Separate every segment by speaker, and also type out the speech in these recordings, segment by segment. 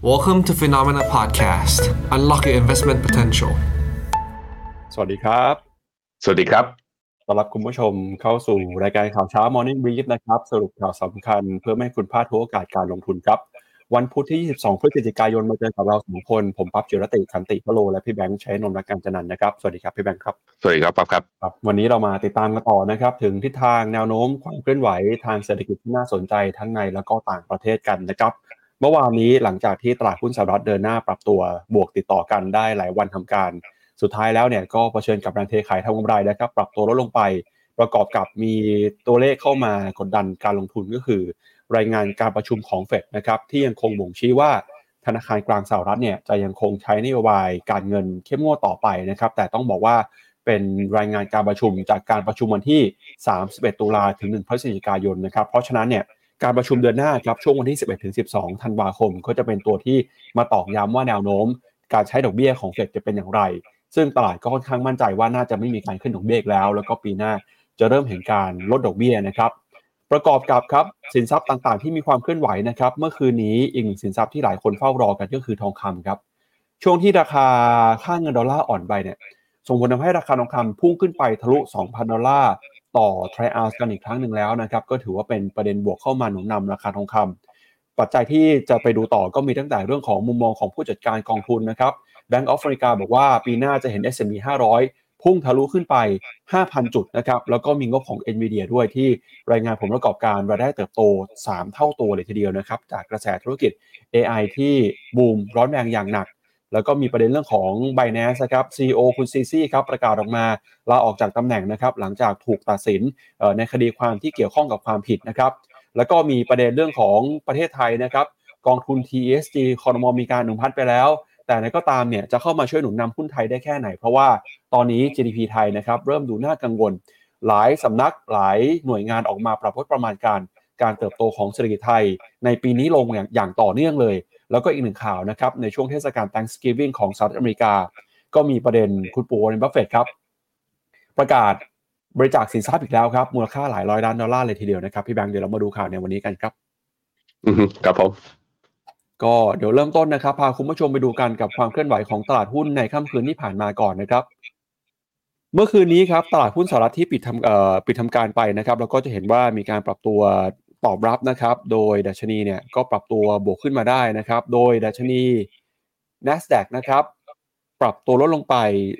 Speaker 1: Welcome to Phenomena Podcast. Unlock your investment potential.
Speaker 2: สวัสดีครับ
Speaker 3: สวัสดีครับ
Speaker 2: ต้อนรับคุณผู้ชมเข้าสู่รายการข่าวเช้า Morning Brief นะครับสรุปข่าวสำคัญเพื่อไม่ให้คุณพลาดทุกโอกาสการลงทุนครับวันพุธที่22พฤศจิกายนมาเจอกับเรา2คนผมปั๊บจิรติขันติพโลและพี่แบงค์ชัยนนท์รักการจนันท์นะครับสวัสดีครับพี่แบงค์ครับ
Speaker 3: สวัสดีครับปั๊บครับ
Speaker 2: วันนี้เรามาติดตามกันต่อนะครับถึงทิศทางแนวโน้มความเคลื่อนไหวทางเศรษฐกิจที่น่าสนใจทั้งในและก็ต่างประเทศกันนะครับเมื่อวานนี้หลังจากที่ตลาดหุ้นสหรัฐเดินหน้าปรับตัวบวกติดต่อกันได้หลายวันทำการสุดท้ายแล้วเนี่ยก็เผชิญกับแรงเทขายทางกำไรนะครับปรับตัวลดลงไปประกอบกับมีตัวเลขเข้ามากดดันการลงทุนก็คือรายงานการประชุมของเฟดนะครับที่ยังคงบ่งชี้ว่าธนาคารกลางสหรัฐเนี่ยจะยังคงใช้นโยบายการเงินเข้มงวดต่อไปนะครับแต่ต้องบอกว่าเป็นรายงานการประชุมจากการประชุมวันที่31ตุลาถึง1พฤศจิกายนนะครับเพราะฉะนั้นเนี่ยการประชุมเดือนหน้าครับช่วงวันที่11ถึง12ธันวาคมก็จะเป็นตัวที่มาตอกย้ำว่าแนวโน้มการใช้ดอกเบี้ยของเฟดจะเป็นอย่างไรซึ่งตลาดก็ค่อนข้างมั่นใจว่าน่าจะไม่มีการขึ้นดอกเบี้ยแล้วก็ปีหน้าจะเริ่มเห็นการลดดอกเบี้ยนะครับประกอบกับครับสินทรัพย์ต่างๆที่มีความเคลื่อนไหวนะครับเมื่อคืนนี้อีกหนึ่งสินทรัพย์ที่หลายคนเฝ้ารอกันก็คือทองคำครับช่วงที่ราคาค่าเงินดอลลาร์อ่อนไปเนี่ยส่งผลทำให้ราคาทองคำพุ่งขึ้นไปทะลุ 2,000 ดอลลาร์ต่อไทรอัลซ์กันอีกครั้งหนึ่งแล้วนะครับก็ถือว่าเป็นประเด็นบวกเข้ามาหนุนนำราคาทองคำปัจจัยที่จะไปดูต่อก็มีตั้งแต่เรื่องของมุมมองของผู้จัดการกองทุนนะครับBank of America บอกว่าปีหน้าจะเห็น S&P 500พุ่งทะลุขึ้นไป 5,000 จุดนะครับแล้วก็มีงบของ Nvidia ด้วยที่รายงานผลประกอบการรายได้เติบโต3เท่าตัวเลยทีเดียวนะครับจากกระแสธุรกิจ AI ที่บูมร้อนแรงอย่างหนักแล้วก็มีประเด็นเรื่องของ Binance นะครับ CEO คุณซีซี่ครับประกาศออกมาลาออกจากตำแหน่งนะครับหลังจากถูกตัดสินในคดีความที่เกี่ยวข้องกับความผิดนะครับแล้วก็มีประเด็นเรื่องของประเทศไทยนะครับกองทุน TSG ครม.มีการอนุมัติไปแล้วแต่ในก็ตามเนี่ยจะเข้ามาช่วยหนุนนำหุ้นไทยได้แค่ไหนเพราะว่าตอนนี้ GDP ไทยนะครับเริ่มดูน่ากังวลหลายสำนักหลายหน่วยงานออกมาปรับลดประมาณการเติบโตของเศรษฐกิจไทยในปีนี้ลงอย่างต่อเนื่องเลยแล้วก็อีกหนึ่งข่าวนะครับในช่วงเทศกาล Thanksgiving ของสหรัฐอเมริกาก็มีประเด็นคุณปู่วอร์เรน บัฟเฟตต์ครับประกาศบริจาคสินทรัพย์อีกแล้วครับมูลค่าหลายร้อยล้านดอลลาร์เลยทีเดียวนะครับพี่แบงค์เดี๋ยวเรามาดูข่าวในวันนี้กันครับ
Speaker 3: ครับผม
Speaker 2: ก็เดี๋ยวเริ่มต้นนะครับพาคุณผู้ชมไปดูกันกับความเคลื่อนไหวของตลาดหุ้นในค่ำคืนที่ผ่านมาก่อนนะครับเมื่อคืนนี้ครับตลาดหุ้นสหรัฐที่ปิดทำการไปนะครับแล้วก็จะเห็นว่ามีการปรับตัวตอบรับนะครับโดยดัชนีเนี่ยก็ปรับตัวบวกขึ้นมาได้นะครับโดยดัชนี NASDAQ นะครับปรับตัวลดลงไป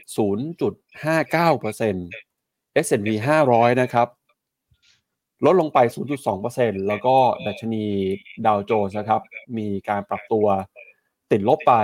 Speaker 2: 0.59% S&P 500นะครับลดลงไป 0.2% แล้วก็ดัชนีดาวโจนส์นะครับมีการปรับตัวติดลบไป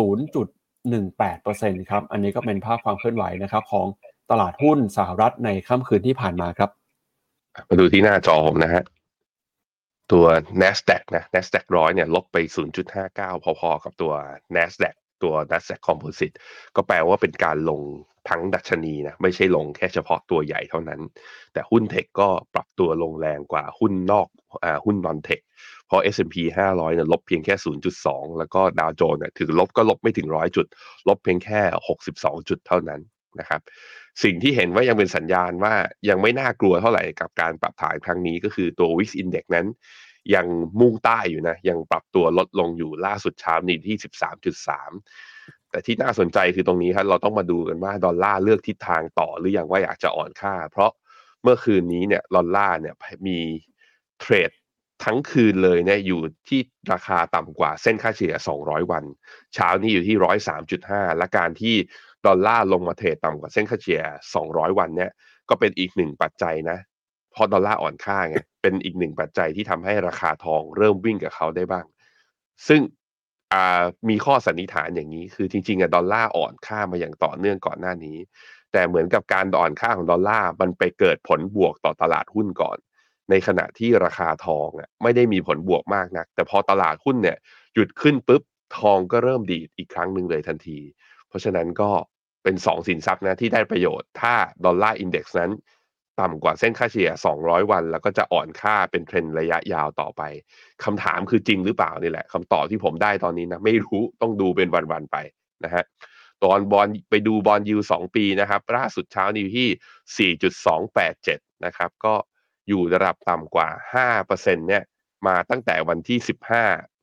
Speaker 2: 0.18% ครับอันนี้ก็เป็นภาพความเคลื่อนไหวนะครับของตลาดหุ้นสหรัฐในค่ำคืนที่ผ่านมาครับ
Speaker 3: มาดูที่หน้าจอผมนะฮะตัว NASDAQ นะ NASDAQ 100เนี่ยลบไป 0.59 พอๆกับตัว NASDAQ ตัว NASDAQ Composite ก็แปลว่าเป็นการลงทั้งดัชนีนะไม่ใช่ลงแค่เฉพาะตัวใหญ่เท่านั้นแต่หุ้นเทคก็ปรับตัวลงแรงกว่าหุ้นนอกหุ้นนอนเทคเพราะ S&P 500เนี่ยลบเพียงแค่ 0.2 แล้วก็ดาวโจนส์เนี่ยถึงลบก็ลบไม่ถึง100จุดลบเพียงแค่62จุดเท่านั้นนะครับสิ่งที่เห็นว่ายังเป็นสัญญาณว่ายังไม่น่ากลัวเท่าไหร่กับการปรับฐานครั้งนี้ก็คือตัว Wix Index นั้นยังมุ่งใต้อยู่นะยังปรับตัวลดลงอยู่ล่าสุดเช้านี้ที่ 13.3 แต่ที่น่าสนใจคือตรงนี้ครับเราต้องมาดูกันว่าดอลลาร์เลือกทิศทางต่อหรือยังว่าอยากจะอ่อนค่าเพราะเมื่อคืนนี้เนี่ยดอลลาร์เนี่ยมีเทรดทั้งคืนเลยเนี่ยอยู่ที่ราคาต่ำกว่าเส้นค่าเฉลี่ย200วันเช้านี้อยู่ที่ 103.5 และการที่ดอลลาร์ลงมาเทรดต่ำกว่าเส้นค่าเฉลี่ย200วันเนี่ยก็เป็นอีกหนึ่งปัจจัยนะเพราะดอลลาร์อ่อนค่าไงเป็นอีกหนึ่งปัจจัยที่ทำให้ราคาทองเริ่มวิ่งกับเขาได้บ้างซึ่งมีข้อสันนิษฐานอย่างนี้คือจริงๆดอลลาร์อ่อนค่ามาอย่างต่อเนื่องก่อนหน้านี้แต่เหมือนกับการอ่อนค่าของดอลลาร์มันไปเกิดผลบวกต่อตลาดหุ้นก่อนในขณะที่ราคาทองไม่ได้มีผลบวกมากนักแต่พอตลาดหุ้นเนี่ยหยุดขึ้นปุ๊บทองก็เริ่มดีดอีกครั้งหนึ่งเลยทันทีเพราะฉะนั้นก็เป็น2สินทรัพย์นะที่ได้ประโยชน์ถ้าดอลลาร์อินเด็กซ์นั้นต่ำกว่าเส้นค่าเฉลี่ย200วันแล้วก็จะอ่อนค่าเป็นเทรนด์ระยะยาวต่อไปคำถามคือจริงหรือเปล่านี่แหละคำตอบที่ผมได้ตอนนี้นะไม่รู้ต้องดูเป็นวันๆไปนะฮะตอนบอลไปดูบอลยิว2ปีนะครับล่าสุดเช้านี้ที่ 4.287 นะครับก็อยู่ระดับต่ำกว่า 5% เนี่ยมาตั้งแต่วันที่15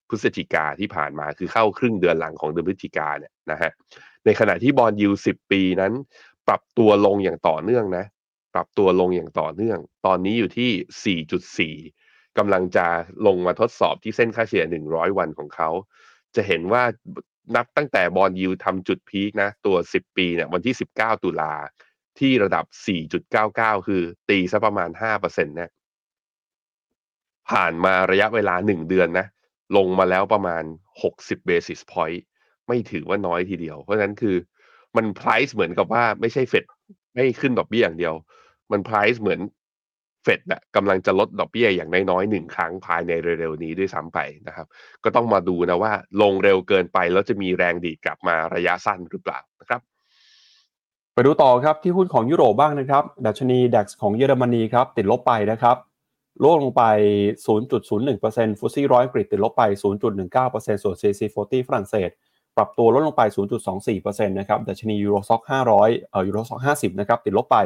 Speaker 3: พฤศจิกาที่ผ่านมาคือเข้าครึ่งเดือนหลังของเดือนพฤศจิกาเนี่ยนะฮะในขณะที่บอนด์ยิลด์10 ปีนั้นปรับตัวลงอย่างต่อเนื่องนะปรับตัวลงอย่างต่อเนื่องตอนนี้อยู่ที่ 4.4 กำลังจะลงมาทดสอบที่เส้นค่าเฉลี่ย100วันของเขาจะเห็นว่านับตั้งแต่บอนด์ยิลด์ทำจุดพีคนะตัว10 ปีเนี่ยวันที่19 ตุลาที่ระดับ 4.99 คือตีซะประมาณ 5% นะผ่านมาระยะเวลา1 เดือนนะลงมาแล้วประมาณ60 basis point ไม่ถือว่าน้อยทีเดียวเพราะฉะนั้นคือมัน price เหมือนกับว่าไม่ใช่เฟดไม่ขึ้นดอกเบี้ยอย่างเดียวมัน price เหมือนเฟดน่ะกำลังจะลดดอกเบี้ยอย่างน้อยๆ1 ครั้งภายในเร็วๆนี้ด้วยซ้ำไปนะครับก็ต้องมาดูนะว่าลงเร็วเกินไปแล้วจะมีแรงดีดกลับมาระยะสั้นหรือเปล่านะครับ
Speaker 2: ไปดูต่อครับที่หุ้นของยุโรปบ้างนะครับดัชนี DAX ของเยอรมนีครับติดลบไปนะครับร่วงลงไป 0.01% ฟุตซี่100อังกฤษติดลบไป 0.19% ส่วน CAC 40 ฝรั่งเศสปรับตัวลดลงไป 0.24% นะครับดัชนียูโรซ็อก500ยูโรซ็อก50นะครับติดลบไป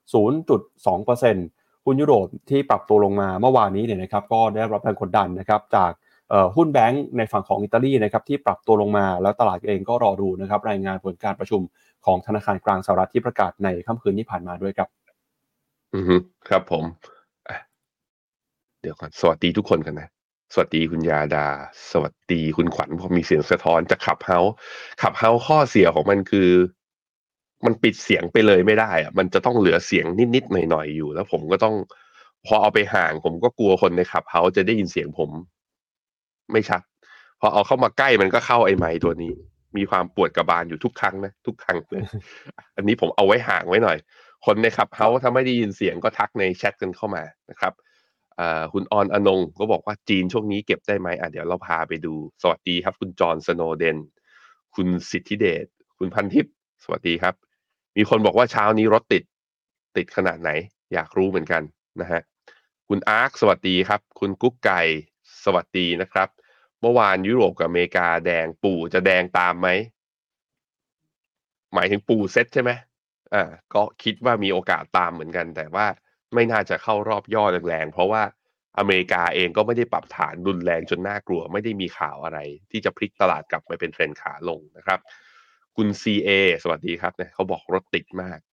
Speaker 2: 0.2% หุ้นยุโรปที่ปรับตัวลงมาเมื่อวานนี้เนี่ยนะครับก็ได้รับแรงกดดันนะครับจากหุ้นแบงก์ในฝั่งของอิตาลีนะครับที่ปรับตัวลงมาแล้วตลาดเองก็รอดูนะครับรายงานผลการประชุมของธนาคารกลางสหรัฐที่ประกาศในค่ำคืนที่ผ่านมาด้วยครับ
Speaker 3: ครับผมเดี๋ยวก่อนสวัสดีทุกคนกันนะสวัสดีคุณยาดาสวัสดีคุณขวัญพอมีเสียงสะท้อนจากขับเฮาข้อเสียของมันคือมันปิดเสียงไปเลยไม่ได้อะมันจะต้องเหลือเสียงนิดๆหน่อยๆอยู่แล้วผมก็ต้องพอเอาไปห่างผมก็กลัวคนในขับเฮาจะได้ยินเสียงผมไม่ชัดพอเอาเข้ามาใกล้มันก็เข้าไอ้ไมค์ตัวนี้มีความปวดกระบาลอยู่ทุกครั้งนะทุกครั้งเลยอันนี้ผมเอาไว้ห่างไว้หน่อยคนในขับเฮาถ้าไม่ได้ยินเสียงก็ทักในแชทกันเข้ามานะครับคุณออนอนงก็บอกว่าจีนช่วงนี้เก็บได้ไหมเดี๋ยวเราพาไปดูสวัสดีครับคุณจอห์นสโนเดนคุณสิทธิเดชคุณพันทิพย์สวัสดีครับมีคนบอกว่าเช้านี้รถติดขนาดไหนอยากรู้เหมือนกันนะฮะคุณอาร์คสวัสดีครับคุณกุ๊กไก่สวัสดีนะครับเมื่อวานยุโรปกับอเมริกาแดงปู่จะแดงตามไหมหมายถึงปู่เซตใช่ไหมก็คิดว่ามีโอกาสตามเหมือนกันแต่ว่าไม่น่าจะเข้ารอบย่อแรงๆเพราะว่าอเมริกาเองก็ไม่ได้ปรับฐานรุนแรงจนน่ากลัวไม่ได้มีข่าวอะไรที่จะพลิกตลาดกลับมาเป็นเทรนด์ขาลงนะครับคุณ CA สวัสดีครับเนี่ยเขาบอกรถติดมาก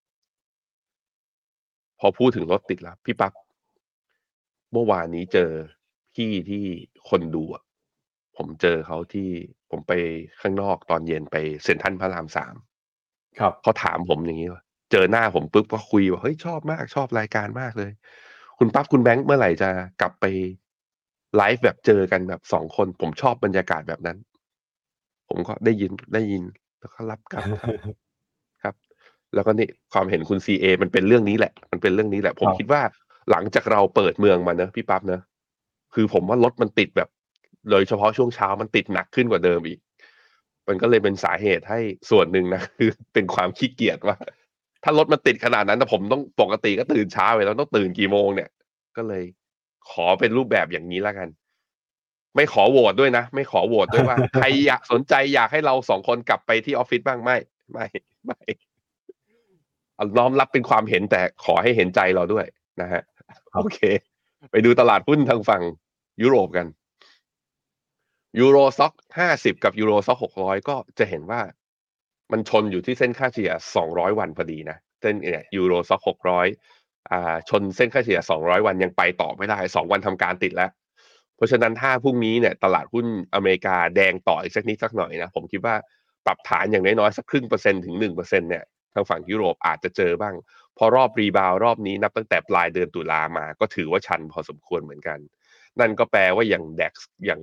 Speaker 3: พอพูดถึงรถติดแล้วพี่ปั๊บเมื่อวานนี้เจอพี่ที่คนดูผมเจอเขาที่ผมไปข้างนอกตอนเย็นไปเซ็นทรัลพระราม3
Speaker 2: ครับ
Speaker 3: เขาถามผมอย่างนี้ว่าเจอหน้าผมปุ๊บก็คุยว่าเฮ้ยชอบมากชอบรายการมากเลยคุณปั๊บคุณแบงค์เมื่อไหร่จะกลับไปไลฟ์แบบเจอกันแบบ2 คนผมชอบบรรยากาศแบบนั้นผมก็ได้ยินแล้วก็รับครับครับแล้วก็นี่ความเห็นคุณ CA มันเป็นเรื่องนี้แหละผมคิดว่าหลังจากเราเปิดเมืองมาเนอะพี่ปั๊บเนอะคือผมว่ารถมันติดแบบโดยเฉพาะช่วงเช้ามันติดหนักขึ้นกว่าเดิมอีกมันก็เลยเป็นสาเหตุให้ส่วนหนึ่งนะคือเป็นความขี้เกียจว่าถ้ารถมันติดขนาดนั้นแต่ผมต้องปกติก็ตื่นเช้าไปแล้วต้องตื่นกี่โมงเนี่ยก็เลยขอเป็นรูปแบบอย่างนี้แล้วกันไม่ขอโหวตด้วยนะไม่ขอโหวตด้วยว่าใครอยากสนใจอยากให้เรา2 คนกลับไปที่ออฟฟิศบ้างไม่น้อมรับเป็นความเห็นแต่ขอให้เห็นใจเราด้วยนะฮะโอเคไปดูตลาดหุ้นทางฝั่งยุโรปกันยูโรซ็อก50กับยูโรซ็อก600ก็จะเห็นว่ามันชนอยู่ที่เส้นค่าเฉลี่ย200วันพอดีนะเส้นเนี่ยยูโรซ็อก600ชนเส้นค่าเฉลี่ย200วันยังไปต่อไม่ได้2 วันทำการติดแล้วเพราะฉะนั้นถ้าพรุ่งนี้เนี่ยตลาดหุ้นอเมริกาแดงต่ออีกสักนิดสักหน่อยนะผมคิดว่าปรับฐานอย่างน้อยๆสัก0.5%ถึง 1% เนี่ยทางฝั่งยุโรปอาจจะเจอบ้างพอรอบรีบาวรอบนี้นับตั้งแต่ปลายเดือนตุลามาก็ถือว่าชันพอสมควรเหมือนกันนั่นก็แปลว่าอย่าง DAX อย่าง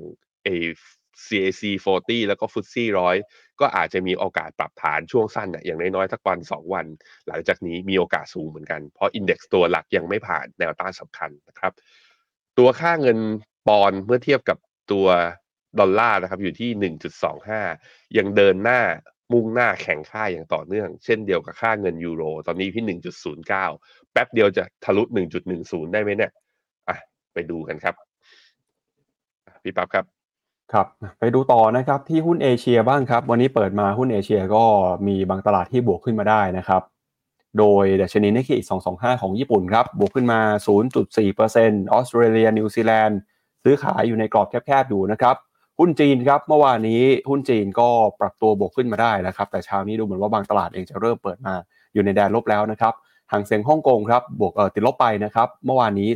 Speaker 3: CAC 40แล้วก็ FTSE 100ก็อาจจะมีโอกาสปรับฐานช่วงสั้นอย่างน้อยๆสักวัน2 วันหลังจากนี้มีโอกาสสูงเหมือนกันเพราะ Index ตัวหลักยังไม่ผ่านแนวต้านสำคัญนะครับตัวค่าเงินปอนด์เมื่อเทียบกับตัวดอลลาร์นะครับอยู่ที่ 1.25 ยังเดินหน้ามุ่งหน้าแข่งค่าอย่างต่อเนื่องเช่นเดียวกับค่าเงินยูโรตอนนี้ที่ 1.09 แป๊บเดียวจะทะลุ 1.10 ได้ไหมเนี่ยไปดูกันครับพี่ปั๊บครับ
Speaker 2: ครับไปดูต่อนะครับที่หุ้นเอเชียบ้างครับวันนี้เปิดมาหุ้นเอเชียก็มีบางตลาดที่บวกขึ้นมาได้นะครับโดยดัชนีนิกเกอิ225ของญี่ปุ่นครับบวกขึ้นมา 0.4% ออสเตรเลียนิวซีแลนด์ซื้อขายอยู่ในกรอบแคบๆอยู่นะครับหุ้นจีนครับเมื่อวานนี้หุ้นจีนก็ปรับตัวบวกขึ้นมาได้นะครับแต่เช้านี้ดูเหมือนว่าบางตลาดเองจะเริ่มเปิดมาอยู่ในแดนลบแล้วนะครับหางเส็งฮ่องกงครับบวกติดลบไปนะครับเมื่อวานนี้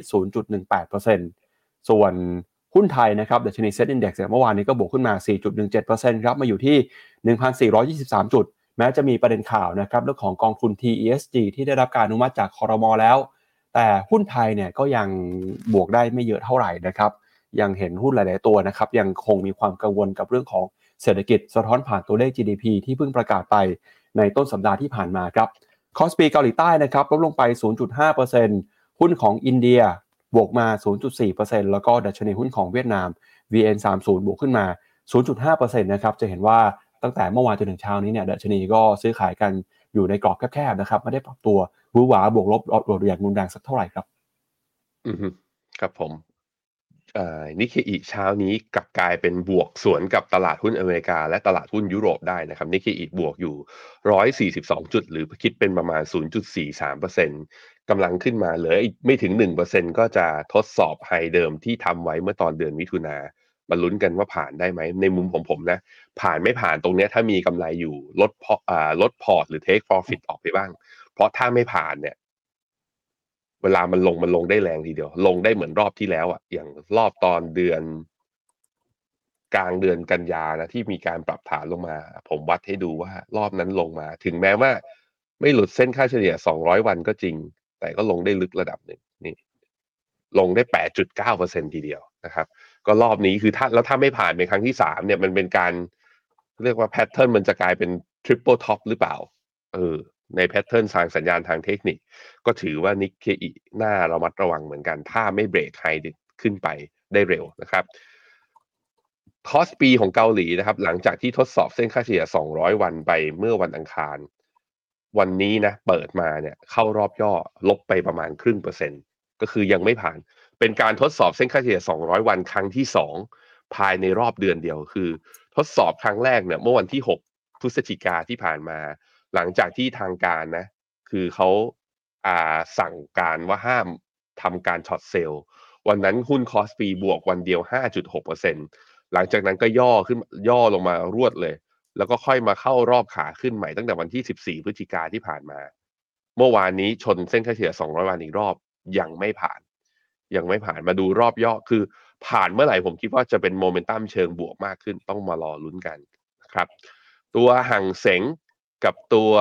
Speaker 2: 0.18% ส่วนหุ้นไทยนะครับดัชนีเซ็ตอินดี x เมื่อวานนี้ก็บวกขึ้นมา 4.17% ครับมาอยู่ที่ 1,423 จุดแม้จะมีประเด็นข่าวนะครับเรื่องของกองทุน TESG ที่ได้รับการอนุมัติจากครม.แล้วแต่หุ้นไทยเนี่ยก็ยังบวกได้ไม่เยอะเท่าไหร่นะครับยังเห็นหุ้นหลายๆตัวนะครับยังคงมีความกังวลกับเรื่องของเศรษฐกิจสะท้อนผ่านตัวเลข GDP ที่เพิ่งประกาศไปในต้นสัปดาห์ที่ผ่านมาครับคอสปีเกาหลีใต้นะครับลดลงไป 0.5% หุ้นของอินเดียบวกมา 0.4% แล้วก็ดัชนีหุ้นของเวียดนาม VN30 บวกขึ้นมา 0.5% นะครับจะเห็นว่าตั้งแต่เมื่อวานจนถึงเช้านี้เนี่ยดัชนีก็ซื้อขายกันอยู่ในกรอบแคบๆนะครับไม่ได้ปรับตัวหวือหวาบวกลบโดดอย่างรุนแรงสักเท่าไหร่ครับ
Speaker 3: อือฮึครับผมนิเคอิเช้านี้กลับกลายเป็นบวกสวนกับตลาดหุ้นอเมริกาและตลาดหุ้นยุโรปได้นะครับนิเคอิบวกอยู่142จุดหรือคิดเป็นประมาณ 0.43% กำลังขึ้นมาเหลืออีกไม่ถึง 1% ก็จะทดสอบไฮเดิมที่ทำไว้เมื่อตอนเดือนมิถุนามาลุ้นกันว่าผ่านได้ไหมในมุมของผมนะผ่านไม่ผ่านตรงเนี้ยถ้ามีกำไรอยู่ลดพอร์ตหรือ take profit ออกไปบ้างเพราะถ้าไม่ผ่านเนี่ยเวลามันลงได้แรงทีเดียวลงได้เหมือนรอบที่แล้วอ่ะอย่างรอบตอนเดือนกลางเดือนกันยานะที่มีการปรับฐานลงมาผมวัดให้ดูว่ารอบนั้นลงมาถึงแม้ว่าไม่หลุดเส้นค่าเฉลี่ย200วันก็จริงแต่ก็ลงได้ลึกระดับหนึ่งนี่ลงได้ 8.9% ทีเดียวนะครับก็รอบนี้คือถ้าไม่ผ่านเป็นครั้งที่3เนี่ยมันเป็นการเรียกว่าแพทเทิร์นมันจะกลายเป็น triple top หรือเปล่าในแพทเทิร์นทางสัญญาณทางเทคนิคก็ถือว่านิกเกอิน่าระมัดระวังเหมือนกันถ้าไม่เบรกไฮขึ้นไปได้เร็วนะครับคอสปีของเกาหลีนะครับหลังจากที่ทดสอบเส้นค่าเฉลี่ย200วันไปเมื่อวันอังคารวันนี้นะเปิดมาเนี่ยเข้ารอบย่อลบไปประมาณ0.5%ก็คือยังไม่ผ่านเป็นการทดสอบเส้นค่าเฉลี่ย200วันครั้งที่2ภายในรอบเดือนเดียวคือทดสอบครั้งแรกเนี่ยเมื่อวันที่6พฤศจิกาที่ผ่านมาหลังจากที่ทางการนะคือเขาสั่งการว่าห้ามทำการช็อตเซลล์วันนั้นหุ้นคอสปีบวกวันเดียว 5.6%หลังจากนั้นก็ย่อลงมารวดเลยแล้วก็ค่อยมาเข้ารอบขาขึ้นใหม่ตั้งแต่วันที่14พฤศจิกาที่ผ่านมาเมื่อวานนี้ชนเส้นค่าเฉลี่ย200วันอีกรอบยังไม่ผ่านมาดูรอบย่อคือผ่านเมื่อไหร่ผมคิดว่าจะเป็นโมเมนตัมเชิงบวกมากขึ้นต้องมารอลุ้นกันนะครับตัวหังเส็งกับตัว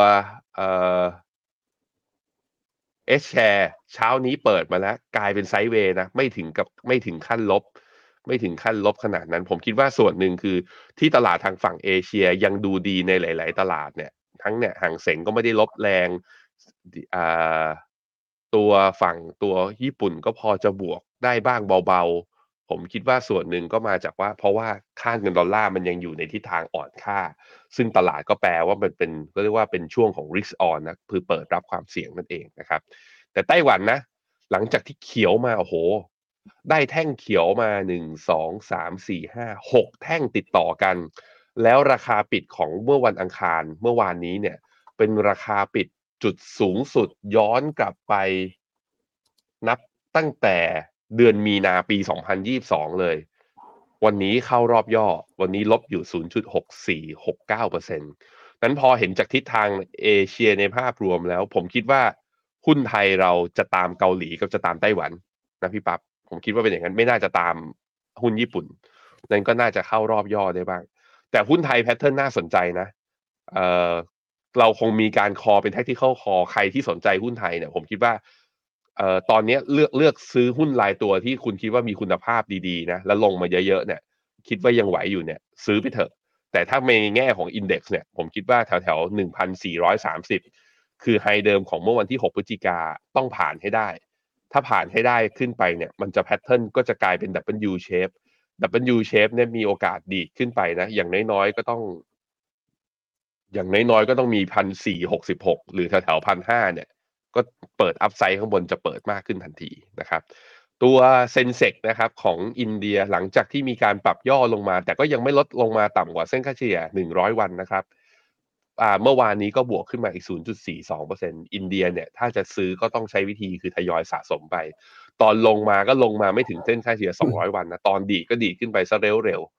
Speaker 3: แชร์เช้านี้เปิดมาแล้วกลายเป็นไซด์เวย์นะไม่ถึงขั้นลบขนาดนั้นผมคิดว่าส่วนหนึ่งคือที่ตลาดทางฝั่งเอเชียยังดูดีในหลายๆตลาดเนี่ยทั้งเนี่ยหางเส็งก็ไม่ได้ลบแรงอ่าตัวญี่ปุ่นก็พอจะบวกได้บ้างเบาๆผมคิดว่าส่วนหนึ่งก็มาจากว่าเพราะว่าค่าเงินดอลลาร์มันยังอยู่ในทิศทางอ่อนค่าซึ่งตลาดก็แปลว่ามันเป็นก็เรียกว่าเป็นช่วงของ risk on นะคือเปิดรับความเสี่ยงนั่นเองนะครับแต่ไต้หวันนะหลังจากที่เขียวมาโอ้โหได้แท่งเขียวมา1 2 3 4 5 6แท่งติดต่อกันแล้วราคาปิดของเมื่อวันอังคารเมื่อวานนี้เนี่ยเป็นราคาปิดจุดสูงสุดย้อนกลับไปนับตั้งแต่เดือนมีนาปี2022เลยวันนี้เข้ารอบย่อวันนี้ลบอยู่0.6469%นั้นพอเห็นจากทิศทางเอเชียในภาพรวมแล้วผมคิดว่าหุ้นไทยเราจะตามเกาหลีกับจะตามไต้หวันนะพี่ปั๊บผมคิดว่าเป็นอย่างนั้นไม่น่าจะตามหุ้นญี่ปุ่นนั้นก็น่าจะเข้ารอบย่อได้บ้างแต่หุ้นไทยแพทเทิร์นน่าสนใจนะเอ่อเราคงมีการคอเป็น tactical call ใครที่สนใจหุ้นไทยเนี่ยผมคิดว่าตอนนี้เลือกซื้อหุ้นรายตัวที่คุณคิดว่ามีคุณภาพดีๆนะแล้วลงมาเยอะๆเนี่ยคิดว่ายังไหวอยู่เนี่ยซื้อไปเถอะแต่ถ้าในแง่ของ Index เนี่ยผมคิดว่าแถวๆ1,430คือไฮเดิมของเมื่อวันที่6พฤศจิกาต้องผ่านให้ได้ถ้าผ่านให้ได้ขึ้นไปเนี่ยมันจะแพทเทิร์นก็จะกลายเป็น W shape W shape เนี่ยมีโอกาสดีดขึ้นไปนะอย่างน้อยๆก็ต้องมี1,466หรือแถวๆ1,500เนี่ยก็เปิดอัพไซด์ข้างบนจะเปิดมากขึ้นทันทีนะครับตัวเซนเซกนะครับของอินเดียหลังจากที่มีการปรับย่อลงมาแต่ก็ยังไม่ลดลงมาต่ำกว่าเส้นค่าเฉลี่ย100วันนะครับเมื่อวานนี้ก็บวกขึ้นมาอีก 0.42% อินเดียเนี่ยถ้าจะซื้อก็ต้องใช้วิธีคือทยอยสะสมไปตอนลงมาก็ลงมาไม่ถึงเส้นค่าเฉลี่ย200วันนะตอนดีดก็ดีดขึ้นไปซะเร็ว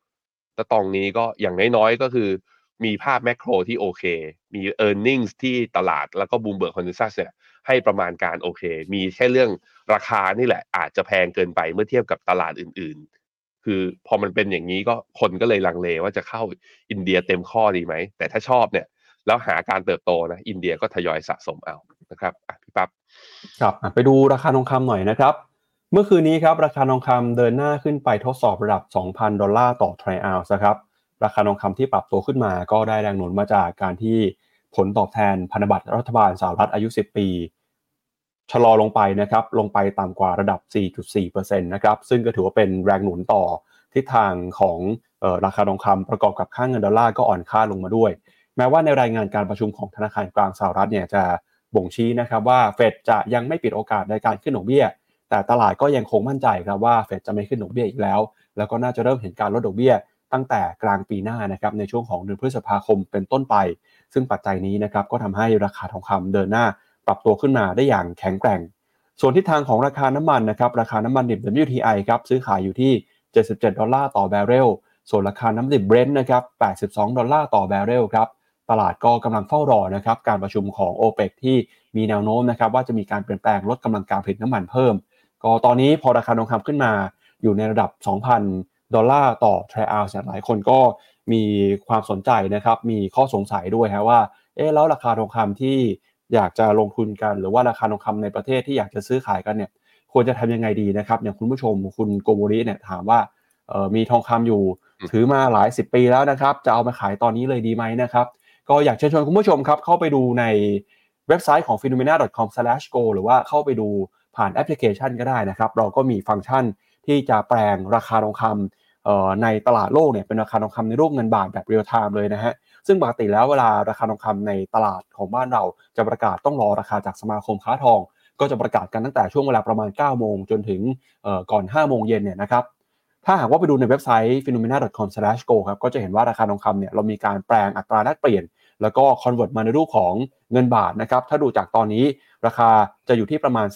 Speaker 3: แล้วตรงนี้ก็อย่างน้อยๆก็คือมีภาพแมคโครที่โอเคมี earnings ที่ตลาดแล้วก็ Bloomberg Consensus เนี่ยให้ประมาณการโอเคมีแค่เรื่องราคานี่แหละอาจจะแพงเกินไปเมื่อเทียบกับตลาดอื่นๆคือพอมันเป็นอย่างนี้ก็คนก็เลยลังเลว่าจะเข้าอินเดียเต็มข้อดีไหมแต่ถ้าชอบเนี่ยแล้วหาการเติบโตนะอินเดียก็ทยอยสะสมเอานะครับพี่ปั๊บ
Speaker 2: ครับไปดูราคาทองคำหน่อยนะครับเมื่อคืนนี้ครับราคาทองคำเดินหน้าขึ้นไปทดสอบระดับ 2,000 ดอลลาร์ต่อทรัลล์นะครับราคาทองคำที่ปรับตัวขึ้นมาก็ได้แรงหนุนมาจากการที่ผลตอบแทนพันธบัตรรัฐบาลสหรัฐอายุ10ปีชะลอลงไปนะครับลงไปต่ำกว่าระดับ 4.4% นะครับซึ่งก็ถือว่าเป็นแรงหนุนต่อทิศทางของราคาทองคำประกอบกับค่าเงินดอลลาร์ก็อ่อนค่าลงมาด้วยแม้ว่าในรายงานการประชุมของธนาคารกลางสหรัฐเนี่ยจะบ่งชี้นะครับว่าเฟดจะยังไม่ปิดโอกาสในการขึ้นดอกเบี้ยแต่ตลาดก็ยังคงมั่นใจครับว่าเฟดจะไม่ขึ้นดอกเบี้ยอีกแล้วก็น่าจะเริ่มเห็นการลดดอกเบี้ยตั้งแต่กลางปีหน้านะครับในช่วงของเดือนพฤษภาคมเป็นต้นไปซึ่งปัจจัยนี้นะครับก็ทำให้ราคาทองคำเดินหน้าปรับตัวขึ้นมาได้อย่างแข็งแกร่งส่วนทิศทางของราคาน้ำมันนะครับราคาน้ำมันดิบ WTI ครับซื้อขายอยู่ที่$77ต่อแบเรลส่วนราคาน้ำดิบ Brent นะครับ$82ต่อแบเรลครับตลาดก็กำลังเฝ้ารอนะครับการประชุมของ OPEC ที่มีแนวโน้มนะครับว่าจะมีการเปลี่ยนแปลงลดกำลังการผลิตน้ำมันเพิ่มก็ตอนนี้พอราคาทองคำขึ้นมาอยู่ในระดับ $2,000 ต่อทรัลล์หลายคนก็มีความสนใจนะครับมีข้อสงสัยด้วยว่าแล้วราคาทองคำที่อยากจะลงทุนกันหรือว่าราคาทองคำในประเทศที่อยากจะซื้อขายกันเนี่ยควรจะทำยังไงดีนะครับอย่างคุณผู้ชมคุณโกโมริเนี่ยถามว่ามีทองคำอยู่ถือมาหลาย10ปีแล้วนะครับจะเอามาขายตอนนี้เลยดีไหมนะครับก็อยากเชิญชวนคุณผู้ชมครับเข้าไปดูในเว็บไซต์ของ phenomena.com/go หรือว่าเข้าไปดูผ่านแอปพลิเคชันก็ได้นะครับเราก็มีฟังก์ชันที่จะแปลงราคาทองคำในตลาดโลกเนี่ยเป็นราคาทองคำในรูปเงินบาทแบบเรียลไทม์เลยนะฮะซึ่งปกติแล้วเวลาราคาทองคำในตลาดของบ้านเราจะประกาศต้องรอราคาจากสมาคมค้าทองก็จะประกาศกันตั้งแต่ช่วงเวลาประมาณ 9 โมงจนถึงก่อน 5 โมงเย็นเนี่ยนะครับถ้าหากว่าไปดูในเว็บไซต์ phenomena.com/go ครับก็จะเห็นว่าราคาทองคำเนี่ยเรามีการแปลงอัตราแลกเปลี่ยนแล้วก็คอนเวิร์ตมาในรูปของเงินบาทนะครับถ้าดูจากตอนนี้ราคาจะอยู่ที่ประมาณ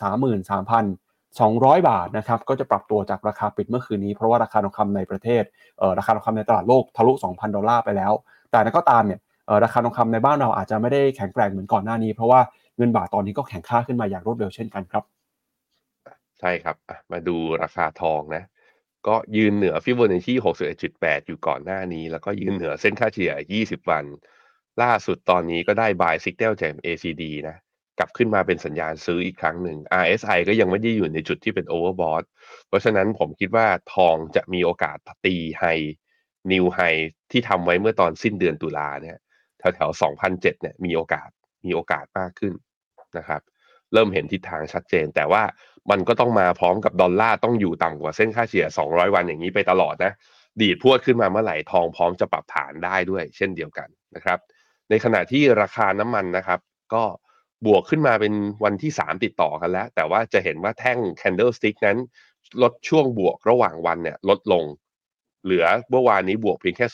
Speaker 2: 33,200 บาทนะครับก็จะปรับตัวจากราคาปิดเมื่อคืนนี้เพราะว่าราคาทองคำในประเทศราคาทองคำในตลาดโลกทะลุ 2,000 ดอลลาร์ไปแล้วแต่นั้นก็ตามเนี่ยราคาทองคำในบ้านเราอาจจะไม่ได้แข็งแกร่งเหมือนก่อนหน้านี้เพราะว่าเงินบาทตอนนี้ก็แข็งค่าขึ้นมาอย่างรวดเร็วเช่นกันครับ
Speaker 3: ใช่ครับมาดูราคาทองนะก็ยืนเหนือฟิโบนัชชี61.8อยู่ก่อนหน้านี้แล้วก็ยืนเหนือเส้นค่าเฉลี่ย20วันล่าสุดตอนนี้ก็ได้ buy signal จาก ACD นะกลับขึ้นมาเป็นสัญญาณซื้ออีกครั้งหนึ่ง RSI ก็ยังไม่ได้อยู่ในจุดที่เป็น overbought เพราะฉะนั้นผมคิดว่าทองจะมีโอกาสตีไฮนิวไฮที่ทำไว้เมื่อตอนสิ้นเดือนตุลาเนี่ยแถวๆ 2,700 เนี่ยมีโอกาสมากขึ้นนะครับเริ่มเห็นทิศทางชัดเจนแต่ว่ามันก็ต้องมาพร้อมกับดอลลาร์ต้องอยู่ต่ำกว่าเส้นค่าเฉลี่ย200วันอย่างนี้ไปตลอดนะดีดพรวดขึ้นมาเมื่อไหร่ทองพร้อมจะปรับฐานได้ด้วยเช่นเดียวกันนะครับในขณะที่ราคาน้ำมันนะครับก็บวกขึ้นมาเป็นวันที่3ติดต่อกันแล้วแต่ว่าจะเห็นว่าแท่ง candlestick นั้นลดช่วงบวกระหว่างวันเนี่ยลดลงเหลือเมื่อวานนี้บวกเพียงแค่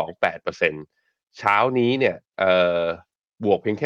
Speaker 3: 0.28%เช้านี้เนี่ยบวกเพียงแค่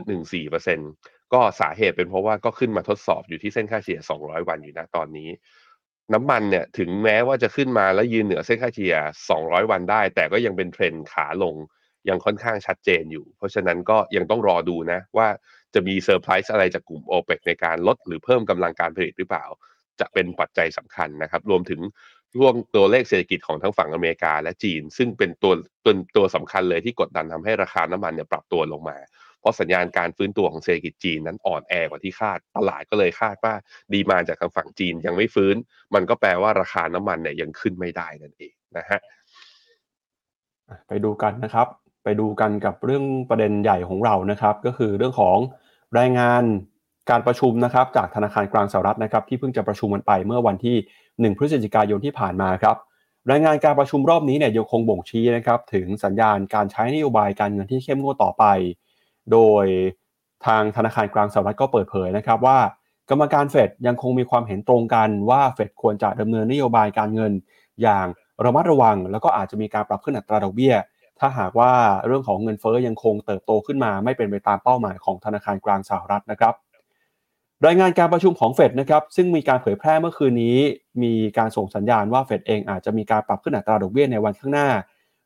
Speaker 3: 0.14%ก็สาเหตุเป็นเพราะว่าก็ขึ้นมาทดสอบอยู่ที่เส้นค่าเฉลี่ย200วันอยู่นะตอนนี้น้ำมันเนี่ยถึงแม้ว่าจะขึ้นมาแล้วยืนเหนือเส้นค่าเฉลี่ย200วันได้แต่ก็ยังเป็นเทรนด์ขาลงยังค่อนข้างชัดเจนอยู่เพราะฉะนั้นก็ยังต้องรอดูนะว่าจะมีเซอร์ไพรส์อะไรจากกลุ่ม OPEC ในการลดหรือเพิ่มกำลังการผลิตหรือเปล่าจะเป็นปัจจัยสำคัญนะครับรวมถึงร่วมตัวเลขเศรษฐกิจของทั้งฝั่งอเมริกาและจีนซึ่งเป็นตัวสำคัญเลยที่กดดันทำให้ราคาน้ำมันเนี่ยปรับตัวลงมาเพราะสัญญาณการฟื้นตัวของเศรษฐกิจจีนนั้นอ่อนแอกว่าที่คาดตลาดก็เลยคาดว่าดีมานด์จากทางฝั่งจีนยังไม่ฟื้นมันก็แปลว่าราคาน้ำมันเนี่ยยังขึ้นไม่ได้นั่นเองนะฮะ
Speaker 2: ไปดูกันนะครับไปดูกันกับเรื่องประเด็นใหญ่ของเรานะครับก็คือเรื่องของรายงานการประชุมนะครับจากธนาคารกลางสหรัฐนะครับที่เพิ่งจะประชุมกันไปเมื่อวันที่1พฤศจิกายนที่ผ่านมาครับรายงานการประชุมรอบนี้เนี่ยยังคงบ่งชี้นะครับถึงสัญญาณการใช้นโยบายการเงินที่เข้มงวดต่อไปโดยทางธนาคารกลางสหรัฐก็เปิดเผยนะครับว่ากรรมการเฟดยังคงมีความเห็นตรงกันว่าเฟดควรจะดำเนินนโยบายการเงินอย่างระมัดระวังแล้วก็อาจจะมีการปรับขึ้นอัตราดอกเบี้ยถ้าหากว่าเรื่องของเงินเฟ้อยังคงเติบโตขึ้นมาไม่เป็นไปตามเป้าหมายของธนาคารกลางสหรัฐนะครับรายงานการประชุมของเฟดนะครับซึ่งมีการเผยแพร่เมื่อคืนนี้มีการส่งสัญญาณว่าเฟดเองอาจจะมีการปรับขึ้นอัตราดอกเบี้ยในวันข้างหน้า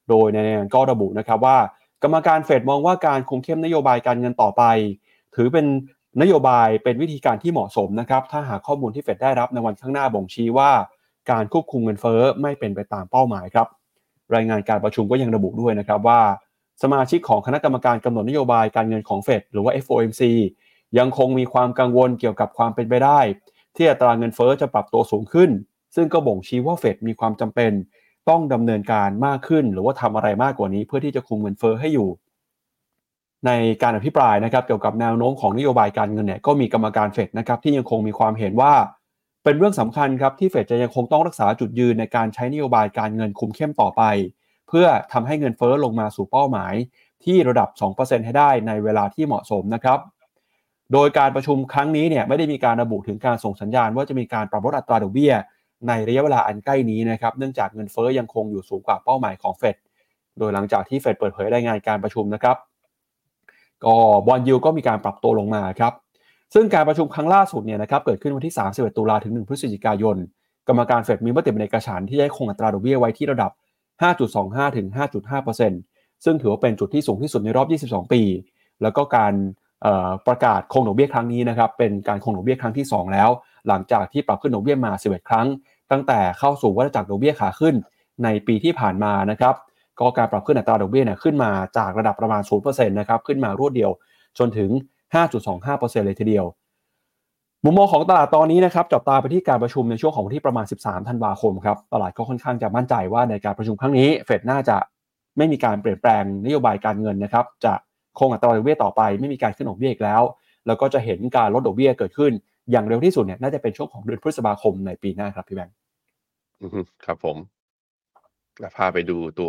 Speaker 2: โดยในนั้นก็ระบุนะครับว่ากรรมการเฟดมองว่าการคุมเข้มนโยบายการเงินต่อไปถือเป็นนโยบายเป็นวิธีการที่เหมาะสมนะครับถ้าหากข้อมูลที่เฟดได้รับในวันข้างหน้าบ่งชี้ว่าการควบคุมเงินเฟ้อไม่เป็นไปตามเป้าหมายครับรายงานการประชุมก็ยังระบุด้วยนะครับว่าสมาชิกของคณะกรรมการกำหนดนโยบายการเงินของเฟดหรือว่า FOMC ยังคงมีความกังวลเกี่ยวกับความเป็นไปได้ที่อัตราเงินเฟ้อจะปรับตัวสูงขึ้นซึ่งก็บ่งชี้ว่าเฟดมีความจำเป็นต้องดำเนินการมากขึ้นหรือว่าทำอะไรมากกว่านี้เพื่อที่จะคุมเงินเฟ้อให้อยู่ในการอภิปรายนะครับเกี่ยวกับแนวโน้มของนโยบายการเงินเนี่ยก็มีกรรมการเฟดนะครับที่ยังคงมีความเห็นว่าเป็นเรื่องสำคัญครับที่เฟดจะยังคงต้องรักษาจุดยืนในการใช้นโยบายการเงินคุมเข้มต่อไปเพื่อทำให้เงินเฟ้อลงมาสู่เป้าหมายที่ระดับ 2% ให้ได้ในเวลาที่เหมาะสมนะครับโดยการประชุมครั้งนี้เนี่ยไม่ได้มีการระบุถึงการส่งสัญญาณว่าจะมีการปรับลดอัตราดอกเบี้ยในระยะเวลาอันใกล้นี้นะครับเนื่องจากเงินเฟ้อยังคงอยู่สูงกว่าเป้าหมายของเฟดโดยหลังจากที่เฟดเปิดเผยรายงานการประชุมนะครับก็บอนด์ยิลด์ก็มีการปรับตัวลงมาครับซึ่งการประชุมครั้งล่าสุดเนี่ยนะครับเกิดขึ้นวันที่31ตุลาถึง1พฤศจิกายนกรรมการเฟดมีมติเป็นเอกฉันท์ที่ให้คงอัตราดอกเบี้ยไว้ที่ระดับ 5.25 ถึง 5.5% ซึ่งถือว่าเป็นจุดที่สูงที่สุดในรอบ22ปีแล้วก็การประกาศคงดอกเบี้ยครั้งนี้นะครับเป็นการคงดอกเบี้ยครั้งที่2แล้วหลังจากที่ปรับขึ้นดอกเบี้ยมา11ครั้งตั้งแต่เข้าสู่วัฏจักรดอกเบี้ยขาขึ้นในปีที่ผ่านมานะครับก็การปรับขึ้นอัตราดอกเบี้ยเนี่ยขึ้นมาจากระดับประมาณ 0% นะครับขึ้นมารวดเดียวจนถึง 5.25% เลยทีเดียวมุมมองของตลาดตอนนี้นะครับจับตาไปที่การประชุมในช่วงของวันที่ประมาณ13ธันวาคมครับตลาดก็ค่อนข้างจะมั่นใจว่าในการประชุมครั้งนี้เฟดน่าจะไม่มีการเปลี่ยนแปลงนโยบายการเงินนะครับจะคงอัตราดอกเบี้ยต่อไปไม่มีการขึ้นดอกเบี้ยอีกแล้วแล้วก็จะเห็นการลดดอกเบี้ยเกิดขึ้นอย่างเร็วที่สุดเนี่ยน่าจะเป็นช่วงของเดือนพฤษภาคมในปีหน้าครับพี่แบงค์
Speaker 3: ครับผมพาไปดูตัว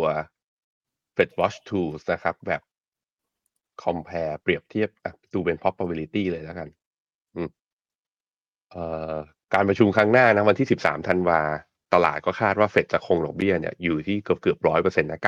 Speaker 3: Fed Watch Tools นะครับแบบ compare เปรียบเทียบดูเป็น probability เลยแล้วกันการประชุมครั้งหน้านะวันที่13ธันวาตลาดก็คาดว่าเฟดจะคงดอกเบี้ยเนี่ยอยู่ที่เกือบ 100% นะ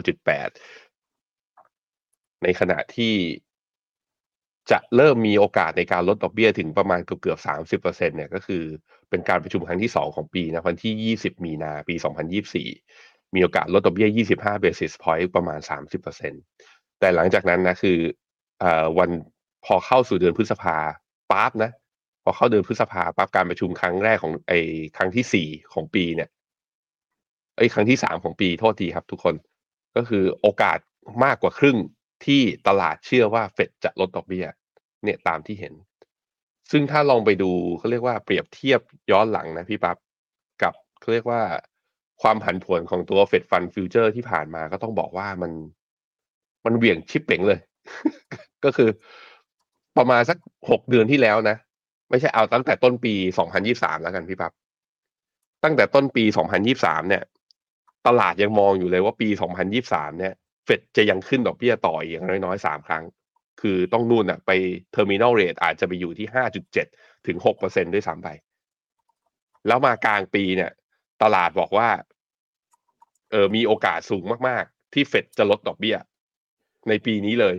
Speaker 3: 99.8 ในขณะที่จะเริ่มมีโอกาสในการลดดอกเบี้ยถึงประมาณเกือบ 30% เนี่ยก็คือเป็นการประชุมครั้งที่2ของปีนะวันที่20มีนาปี2024มีโอกาสลดดอกเบี้ย25 basis point ประมาณ 30% แต่หลังจากนั้นนะคือวันพอเข้าสู่เดือนพฤษภาปั๊บนะพอเข้าเดือนพฤษภาปั๊บการประชุมครั้งแรกของครั้งที่4ของปีเนี่ยครั้งที่3ของปีโทษทีครับทุกคนก็คือโอกาสมากกว่าครึ่งที่ตลาดเชื่อว่าเฟดจะลดดอกเบี้ยเนี่ยตามที่เห็นซึ่งถ้าลองไปดูเขาเรียกว่าเปรียบเทียบย้อนหลังนะพี่ปั๊บกับเขาเรียกว่าความผันผวนของตัว Fed Fund Future ที่ผ่านมาก็ต้องบอกว่ามันเหวี่ยงชิปเป๋งเลย ก็คือประมาณสัก6เดือนที่แล้วนะไม่ใช่เอาตั้งแต่ต้นปี2023แล้วกันพี่ปั๊บตั้งแต่ต้นปี2023เนี่ยตลาดยังมองอยู่เลยว่าปี2023เนี่ยเฟดจะยังขึ้นดอกเบี้ยต่ออย่างน้อยๆ3ครั้งคือต้องนู่นน่ะไป terminal rate อาจจะไปอยู่ที่ 5.7 ถึง 6% ด้วยซ้ำไปแล้วมากลางปีเนี่ยตลาดบอกว่ามีโอกาสสูงมากๆที่เฟดจะลดดอกเบี้ยในปีนี้เลย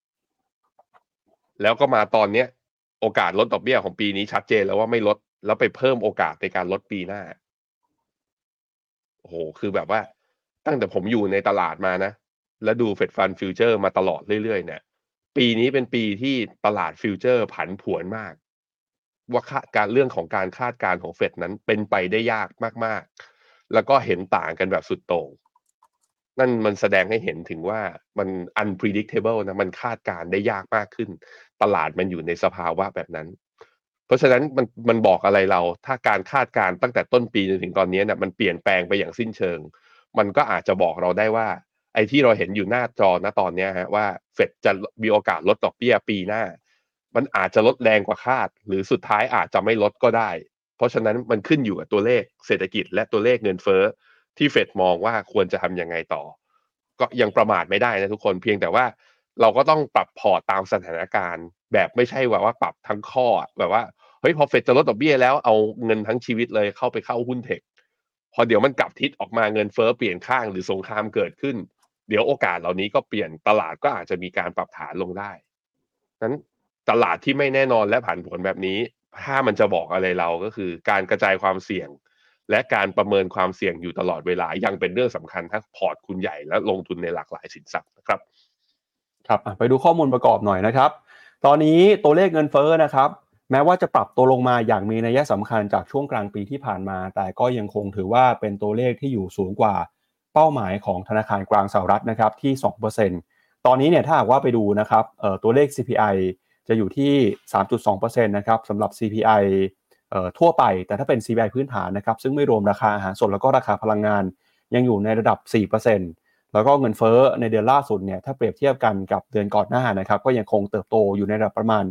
Speaker 3: แล้วก็มาตอนเนี้ยโอกาสลดดอกเบี้ยของปีนี้ชัดเจนแล้วว่าไม่ลดแล้วไปเพิ่มโอกาสในการลดปีหน้าโอ้โหคือแบบว่าตั้งแต่ผมอยู่ในตลาดมานะแล้วดู Fed Fund Future มาตลอดเรื่อยๆเนี่ยปีนี้เป็นปีที่ตลาดฟิวเจอร์ผันผวนมากว่าเรื่องของการคาดการณ์ของเฟดนั้นเป็นไปได้ยากมากๆแล้วก็เห็นต่างกันแบบสุดโต่งนั่นมันแสดงให้เห็นถึงว่ามัน unpredictable นะมันคาดการณ์ได้ยากมากขึ้นตลาดมันอยู่ในสภาวะแบบนั้นเพราะฉะนั้นมันบอกอะไรเราถ้าการคาดการณ์ตั้งแต่ต้นปีจนถึงตอนนี้เนี่ยมันเปลี่ยนแปลงไปอย่างสิ้นเชิงมันก็อาจจะบอกเราได้ว่าไอ้ที่เราเห็นอยู่หน้าจอณตอนนี้ฮะว่าเฟดจะมีโอกาสลดดอกเบี้ยปีหน้ามันอาจจะลดแรงกว่าคาดหรือสุดท้ายอาจจะไม่ลดก็ได้เพราะฉะนั้นมันขึ้นอยู่กับตัวเลขเศรษฐกิจและตัวเลขเงินเฟ้อที่เฟดมองว่าควรจะทำยังไงต่อก็ยังประมาทไม่ได้นะทุกคนเพียงแต่ว่าเราก็ต้องปรับพอร์ตตามสถานการณ์แบบไม่ใช่ว่าปรับทั้งข้อแบบว่าเฮ้ยพอเฟดจะลดดอกเบี้ยแล้วเอาเงินทั้งชีวิตเลยเข้าไปเข้าหุ้นเทคพอเดี๋ยวมันกลับทิศออกมาเงินเฟ้อเปลี่ยนข้างหรือสงครามเกิดขึ้นเดี๋ยวโอกาสเหล่านี้ก็เปลี่ยนตลาดก็อาจจะมีการปรับฐานลงได้นั้นตลาดที่ไม่แน่นอนและผันผวนแบบนี้ถ้ามันจะบอกอะไรเราก็คือการกระจายความเสี่ยงและการประเมินความเสี่ยงอยู่ตลอดเวลายังเป็นเรื่องสำคัญถ้าพอร์ตคุณใหญ่และลงทุนในหลากหลายสินทรัพย์นะครับ
Speaker 2: ครับไปดูข้อมูลประกอบหน่อยนะครับตอนนี้ตัวเลขเงินเฟ้อนะครับแม้ว่าจะปรับตัวลงมาอย่างมีนัยสำคัญจากช่วงกลางปีที่ผ่านมาแต่ก็ยังคงถือว่าเป็นตัวเลขที่อยู่สูงกว่าเป้าหมายของธนาคารกลางสหรัฐนะครับที่ 2% ตอนนี้เนี่ยถ้าหากว่าไปดูนะครับตัวเลข CPI จะอยู่ที่ 3.2% นะครับสำหรับ CPI ทั่วไปแต่ถ้าเป็น CPI พื้นฐานนะครับซึ่งไม่รวมราคาอาหารสดแล้วก็ราคาพลังงานยังอยู่ในระดับ 4%แล้วก็เงินเฟ้อในเดือนล่าสุดเนี่ยถ้าเปรียบเทียบกันกับเดือนก่อนหน้านะครับก็ยังคงเติบโตอยู่ในระดับประมาณ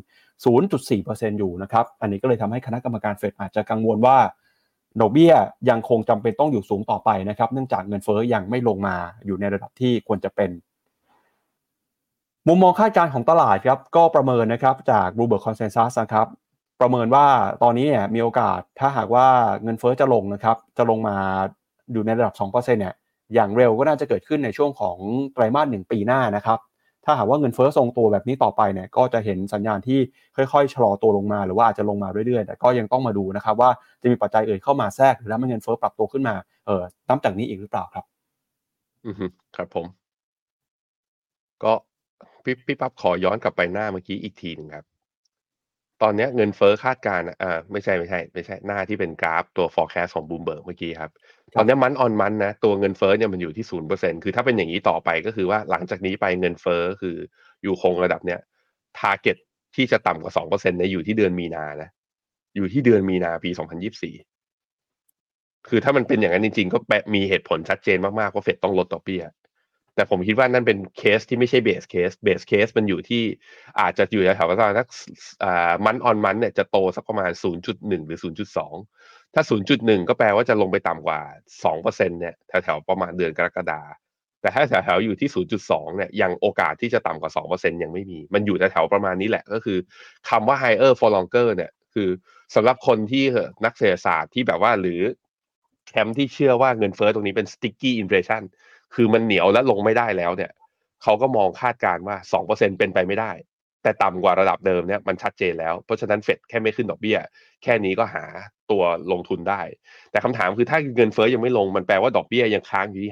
Speaker 2: 0.4% อยู่นะครับอันนี้ก็เลยทำให้คณะกรรมการเฟดอาจจะกังวลว่าดอกเบี้ยยังคงจำเป็นต้องอยู่สูงต่อไปนะครับเนื่องจากเงินเฟ้อยังไม่ลงมาอยู่ในระดับที่ควรจะเป็นมุมมองคาดการณ์ของตลาดครับก็ประเมินนะครับจาก Bloomberg Consensus นะครับประเมินว่าตอนนี้เนี่ยมีโอกาสถ้าหากว่าเงินเฟ้อจะลงนะครับจะลงมาอยู่ในระดับ 2% เนี่ยอย่างเร็วก็น่าจะเกิดขึ้นในช่วงของไตรมาส1ปีหน้านะครับถ้าหากว่าเงินเฟ้อทรงตัวแบบนี้ต่อไปเนี่ยก็จะเห็นสัญญาณที่ค่อยๆชะลอตัวลงมาหรือว่าอาจจะลงมาเรื่อยๆแต่ก็ยังต้องมาดูนะครับว่าจะมีปัจจัยอื่นเข้ามาแทรกหรือทำให้เงินเฟ้อปรับตัวขึ้นมานับจากนี้อีกหรือเปล่าครับ
Speaker 3: ครับผมก็พี่ปั๊บขอย้อนกลับไปหน้าเมื่อกี้อีกทีนึงครับตอนนี้เงินเฟ้อคาดการณ์ไม่ใช่หน้าที่เป็นกราฟตัว forecast ของ Bloomberg เมื่อกี้ครับตอนนี้month on month นะตัวเงินเฟ้อเนี่ยมันอยู่ที่ 0% คือถ้าเป็นอย่างนี้ต่อไปก็คือว่าหลังจากนี้ไปเงินเฟ้อคืออยู่คงระดับเนี้ย target ที่จะต่ำกว่า 2% เนี่ยอยู่ที่เดือนมีนานะอยู่ที่เดือนมีนาปี 2024คือถ้ามันเป็นอย่างนั้นจริงๆก็มีเหตุผลชัดเจนมากๆว่าเฟดต้องลดดอกเบี้ยแต่ผมคิดว่านั่นเป็นเคสที่ไม่ใช่เบสเคสมันอยู่ที่อาจจะอยู่แถวๆประมาณสักมันออนมันเนี่ยจะโตสักประมาณ 0.1 หรือ 0.2 ถ้า 0.1 ก็แปลว่าจะลงไปต่ำกว่า 2% เนี่ยแถวๆประมาณเดือนกรกฎาคมแต่ถ้าแถวๆอยู่ที่ 0.2 เนี่ยยังโอกาสที่จะต่ำกว่า 2% ยังไม่มีมันอยู่แถวๆประมาณนี้แหละก็คือคำว่า higher for longer เนี่ยคือสำหรับคนที่นักเศรษฐศาสตร์ที่แบบว่าหรือแคมป์ที่เชื่อว่าเงินเฟ้อตรงนี้เป็น sticky inflation คือมันเหนียวและลงไม่ได้แล้วเนี่ยเขาก็มองคาดการณ์ว่า 2% เป็นไปไม่ได้แต่ต่ำกว่าระดับเดิมเนี่ยมันชัดเจนแล้วเพราะฉะนั้นเฟดแค่ไม่ขึ้นดอกเบี้ยแค่นี้ก็หาตัวลงทุนได้แต่คำถามคือถ้าเงินเฟ้อยังไม่ลงมันแปลว่าดอกเบี้ยยังค้างอยู่ที่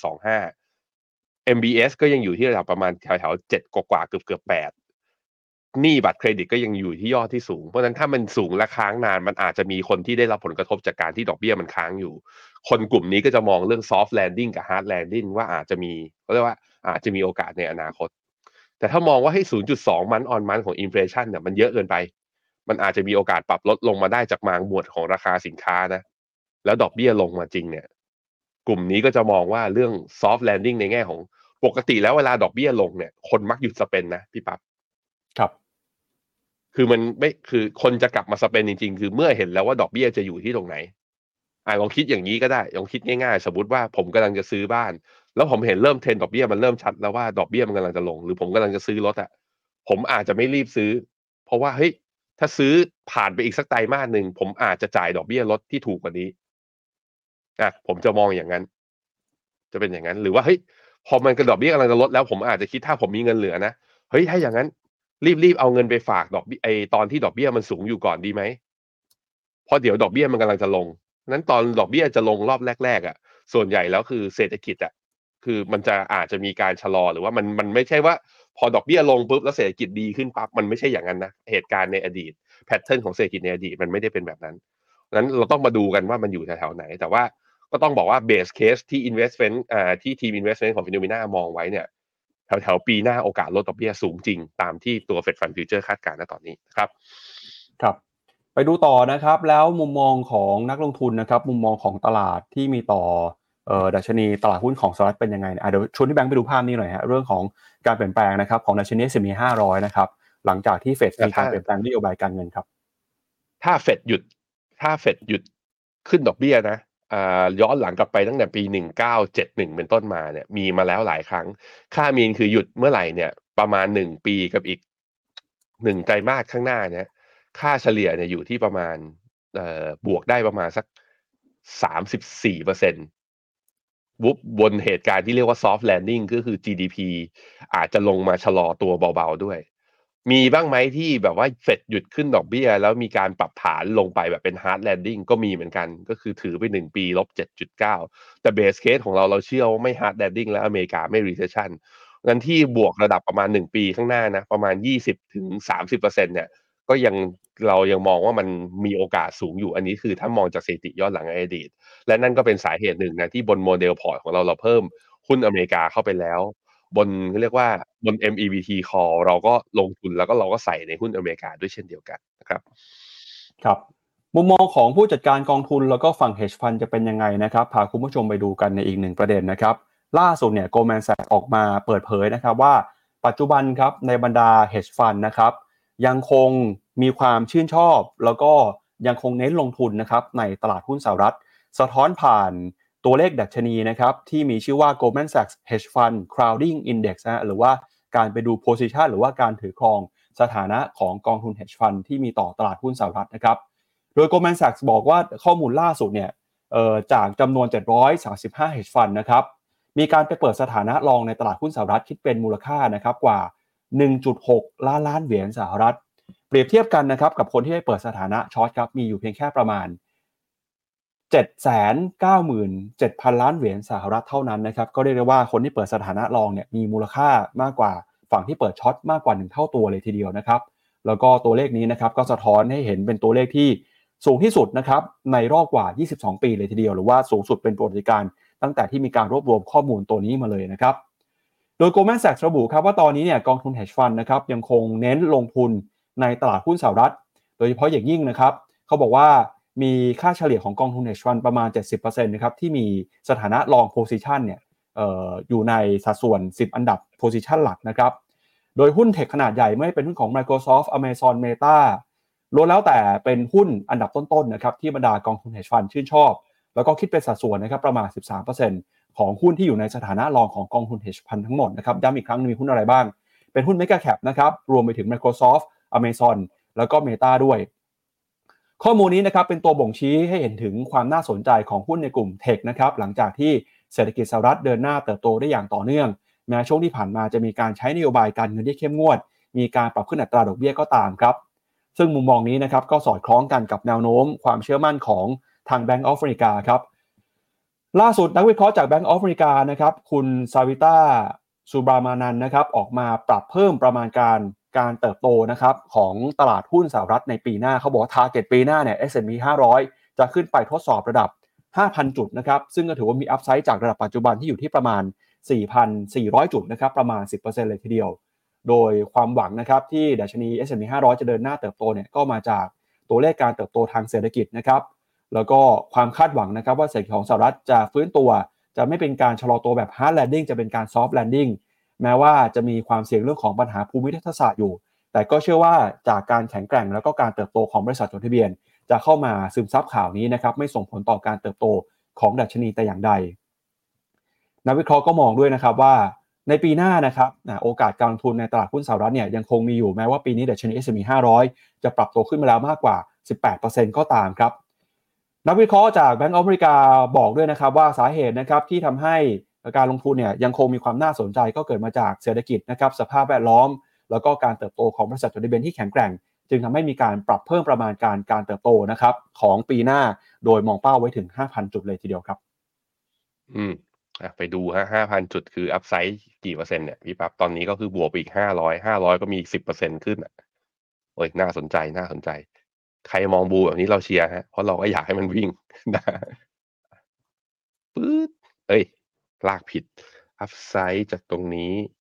Speaker 3: 5.25 MBS ก็ยังอยู่ที่ระดับประมาณแถวๆ7กว่าๆเกือบ8หนี้บัตรเครดิตก็ยังอยู่ที่ยอดที่สูงเพราะฉะนั้นถ้ามันสูงและค้างนานมันอาจจะมีคนที่ได้รับผลกระทบจากการที่ดอกเบี้ยมันค้างอยู่คนกลุ่มนี้ก็จะมองเรื่อง soft landing กับ hard landing ว่าอาจจะมีเขาเรียกว่าอาจจะมีโอกาสในอนาคตแต่ถ้ามองว่าให้ 0.2 มันออนมันของ inflation เนี่ยมันเยอะเกินไปมันอาจจะมีโอกาสปรับลดลงมาได้จากบางหมวดของราคาสินค้านะแล้วดอกเบี้ยลงมาจริงเนี่ยกลุ่มนี้ก็จะมองว่าเรื่อง soft landing ในแง่ของปกติแล้วเวลาดอกเบี้ยลงเนี่ยคนมักหยุดสเปนนะพี่ปั๊บ
Speaker 2: ครับ
Speaker 3: คือมันไม่คือคนจะกลับมาสเปนจริงๆคือเมื่อเห็นแล้วว่าดอกเบี้ยจะอยู่ที่ตรงไหนลองคิดอย่างนี้ก็ได้ลองคิดง่ายๆสมมติว่าผมกำลังจะซื้อบ้านแล้วผมเห็นเริ่มเทรนดอกเบี้ยมันเริ่มชัดแล้วว่าดอกเบี้ยมันกำลังจะลงหรือผมกำลังจะซื้อรถผมอาจจะไม่รีบซื้อเพราะว่าเฮ้ยถ้าซื้อผ่านไปอีกสักไตรมาสหนึ่งผมอาจจะจ่ายดอกเบี้ยรถที่ถูกกว่านี้ผมจะมองอย่างนั้นจะเป็นอย่างนั้นหรือว่าเฮ้ยพอมันกระดอกเบี้ยกำลังจะลดแล้วผมอาจจะคิดถ้าผมมีเงินเหลือนะเฮ้ยถ้าอย่างนั้นรีบเอาเงินไปฝากดอกเบี้ยตอนที่ดอกเบี้ยมันสูงอยู่ก่อนดีไหมเพราะเดี๋ยวดอกเบี้ยมันกำลังจะลงนั้นตอนดอกเบี้ยจะลงรอบแรกส่วนใหญ่แล้วคือเศรษฐกิจคือมันจะอาจจะมีการชะลอหรือว่ามันไม่ใช่ว่าพอดอกเบี้ยลงปุ๊บแล้วเศรษฐกิจดีขึ้นปั๊บมันไม่ใช่อย่างนั้นนะเหตุการณ์ในอดีตแพทเทิร์นของเศรษฐกิจในอดีตมันไม่ได้เป็นแบบนั้นนั้นเราต้องมาดูกันว่ามันอยู่แถวๆไหนแต่ว่าก็ต้องบอกว่าเบสเคสที่ investment ที่ทีม investment ของ Phenomena มองไว้เนี่ยแถวปีหน้าโอกาสลดดอกเบี้ยสูงจริงตามที่ตัว Fed Fund Future คาดการณ์ณตอนนี้นะครับ
Speaker 2: ครับไปดูต่อนะครับแล้วมุมมองของนักลงทุนนะครับมุมมองของตลาดที่มีต่อดัชนีตลาดหุ้นของสหรัฐเป็นยังไงเดี๋ยวชวนที่แบงค์ไปดูภาพนี้หน่อยฮะเรื่องของการเปลี่ยนแปลงนะครับของดัชนี S&P 500นะครับหลังจากที่เฟดมีการเปลี่ยนแปลงนโยบายการเงินครับ
Speaker 3: ถ้าเฟดหยุดขึ้นดอกเบี้ยนะย้อนหลังกลับไปตั้งแต่ปี1971เป็นต้นมาเนี่ยมีมาแล้วหลายครั้งค่ามีนคือหยุดเมื่อไหร่เนี่ยประมาณ1ปีกับอีก1ไตรมาสข้างหน้าเนี่ยค่าเฉลี่ยเนี่ยอยู่ที่ประมาณบวกได้ประมาณสัก34%บนเหตุการณ์ที่เรียกว่า soft landing ก็คือ GDP อาจจะลงมาชะลอตัวเบาๆด้วยมีบ้างไหมที่แบบว่าเฟดหยุดขึ้นดอกเบี้ยแล้วมีการปรับฐานลงไปแบบเป็น hard landing ก็มีเหมือนกันก็คือถือไป1ปี-7.9 แต่ base case ของเราเชื่อว่าไม่ hard landing และอเมริกาไม่ recession งั้นที่บวกระดับประมาณ1ปีข้างหน้านะประมาณ 20-30% เนี่ยก็เรายังมองว่ามันมีโอกาสสูงอยู่อันนี้คือถ้ามองจากสถิติย้อนหลังในอดีตและนั่นก็เป็นสาเหตุหนึ่งนะที่บนโมเดลพอร์ตของเราเพิ่มหุ้นอเมริกาเข้าไปแล้วบนเรียกว่าบน MEVT Call เราก็ลงทุนแล้วก็เราก็ใส่ในหุ้นอเมริกาด้วยเช่นเดียวกันนะครับ
Speaker 2: ครับมุมมองของผู้จัดการกองทุนแล้วก็ฝั่ง hedge fund จะเป็นยังไงนะครับพาคุณผู้ชมไปดูกันในอีกหนึ่งประเด็นนะครับล่าสุดเนี่ย Goldman Sachs ออกมาเปิดเผยนะครับว่าปัจจุบันครับในบรรดา hedge fund นะครับยังคงมีความชื่นชอบแล้วก็ยังคงเน้นลงทุนนะครับในตลาดหุ้นสหรัฐสะท้อนผ่านตัวเลขดัชนีนะครับที่มีชื่อว่า Goldman Sachs Hedge Fund Crowding Index หรือว่าการไปดู position หรือว่าการถือครองสถานะของกองทุน hedge fund ที่มีต่อตลาดหุ้นสหรัฐนะครับโดย Goldman Sachs บอกว่าข้อมูลล่าสุดเนี่ยจากจำนวน735 hedge fund นะครับมีการไปเปิดสถานะรองในตลาดหุ้นสหรัฐคิดเป็นมูลค่านะครับกว่า 1.6 ล้านเหรียญสหรัฐเปรียบเทียบกันนะครับกับคนที่ได้เปิดสถานะช็อตครับมีอยู่เพียงแค่ประมาณ 797,000 ล้านเหรียญสหรัฐเท่านั้นนะครับก็เรียกได้ว่าคนที่เปิดสถานะรองเนี่ยมีมูลค่ามากกว่าฝั่งที่เปิดช็อตมากกว่า1เท่าตัวเลยทีเดียวนะครับแล้วก็ตัวเลขนี้นะครับก็สะท้อนให้เห็นเป็นตัวเลขที่สูงที่สุดนะครับในรอบกว่า22ปีเลยทีเดียวหรือว่าสูงสุดเป็นประวัติการณ์ตั้งแต่ที่มีการรวบรวมข้อมูลตัวนี้มาเลยนะครับโดย Goldman Sachs ระบุครับว่าตอนนี้เนี่ยกองทุน hedge fund นะครับยังคงเน้นลงทุนในตลาดหุ้นสหรัฐโดยเฉพาะอย่างยิ่งนะครับเขาบอกว่ามีค่าเฉลี่ยของกองทุน hedge fund ประมาณ 70% นะครับที่มีสถานะ long position เนี่ยอยู่ในสัดส่วน10อันดับ position หลักนะครับโดยหุ้นเทคขนาดใหญ่ไม่เป็นหุ้นของ Microsoft Amazon Meta ล้วนแล้วแต่เป็นหุ้นอันดับต้นๆนะครับที่บรรดากองทุน hedge fund ชื่นชอบแล้วก็คิดเป็นสัดส่วนนะครับประมาณ 13% ของหุ้นที่อยู่ในสถานะรองของกองทุน hedge fund ทั้งหมดนะครับย้ำอีกครั้งมีหุ้นอะไรบ้างเป็นหุ้น Mega Cap นะครับรวมไปถึง Microsoft Amazon แล้วก็ Meta ด้วยข้อมูลนี้นะครับเป็นตัวบ่งชี้ให้เห็นถึงความน่าสนใจของหุ้นในกลุ่มเทคนะครับหลังจากที่เศรษฐกิจสหรัฐเดินหน้าเติบโตได้อย่างต่อเนื่องแม้ช่วงที่ผ่านมาจะมีการใช้นโยบายการเงินที่เข้มงวดมีการปรับขึ้นอัตราดอกเบี้ยก็ตามครับซึ่งมุมมองนี้นะครับก็สอดคล้องกันกับแนวโน้มความเชื่อมั่นของทาง Bank of America ครับล่าสุดนักวิเคราะห์จาก Bank of America นะครับคุณซาวิต้าซูบรามานันนะครับออกมาปรับเพิ่มประมาณการเติบโตนะครับของตลาดหุ้นสหรัฐในปีหน้าเขาบอกว่า target ปีหน้าเนี่ย S&P 500 จะขึ้นไปทดสอบระดับ 5,000 จุดนะครับซึ่งก็ถือว่ามีอัพไซด์จากระดับปัจจุบันที่อยู่ที่ประมาณ 4,400 จุดนะครับประมาณ 10% เลยทีเดียวโดยความหวังนะครับที่ดัชนี S&P 500 จะเดินหน้าเติบโตเนี่ยก็มาจากตัวเลขการเติบโตทางเศรษฐกิจนะครับแล้วก็ความคาดหวังนะครับว่าเศรษฐกิจของสหรัฐจะฟื้นตัวจะไม่เป็นการชะลอตัวแบบ hard landing จะเป็นการ soft landingแม้ว่าจะมีความเสี่ยงเรื่องของปัญหาภูมิรัฐศาสตร์อยู่แต่ก็เชื่อว่าจากการแข็งแกร่งแล้วก็การเติบโตของบริษัทจดทะเบียนจะเข้ามาซึมซับข่าวนี้นะครับไม่ส่งผลต่อการเติบโตของดัชนีแต่อย่างใดนักวิเคราะห์ก็มองด้วยนะครับว่าในปีหน้านะครับโอกาสการลงทุนในตลาดหุ้นสหรัฐเนี่ยยังคงมีอยู่แม้ว่าปีนี้ดัชนี S&P 500 จะปรับตัวขึ้นมาแล้วมากกว่า 18% ก็ตามครับนักวิเคราะห์จาก Bank of America บอกด้วยนะครับว่าสาเหตุนะครับที่ทำให้การลงทุนเนี่ยยังคงมีความน่าสนใจก็เกิดมาจากเศรษฐกิจนะครับสภาพแวดล้อมแล้วก็การเติบโตของบริษัทจดทะเบียนที่แข็งแกร่งจึงทำให้มีการปรับเพิ่มประมาณการเติบโตนะครับของปีหน้าโดยมองเป้าไว้ถึง 5,000 จุดเลยทีเดียวครับ
Speaker 3: ไปดูฮะ 5,000 จุดคืออัพไซด์กี่เปอร์เซ็นต์เนี่ยพี่ปั๊บตอนนี้ก็คือบวกไปอีก500ก็มีอีก 10% ขึ้นโอ้ยน่าสนใจใครมองบูแบบนี้เราเชียร์ฮะเพราะเราก็อยากให้มันวิ่งนะปื๊ดลากผิดอัพไซด์จากตรงนี้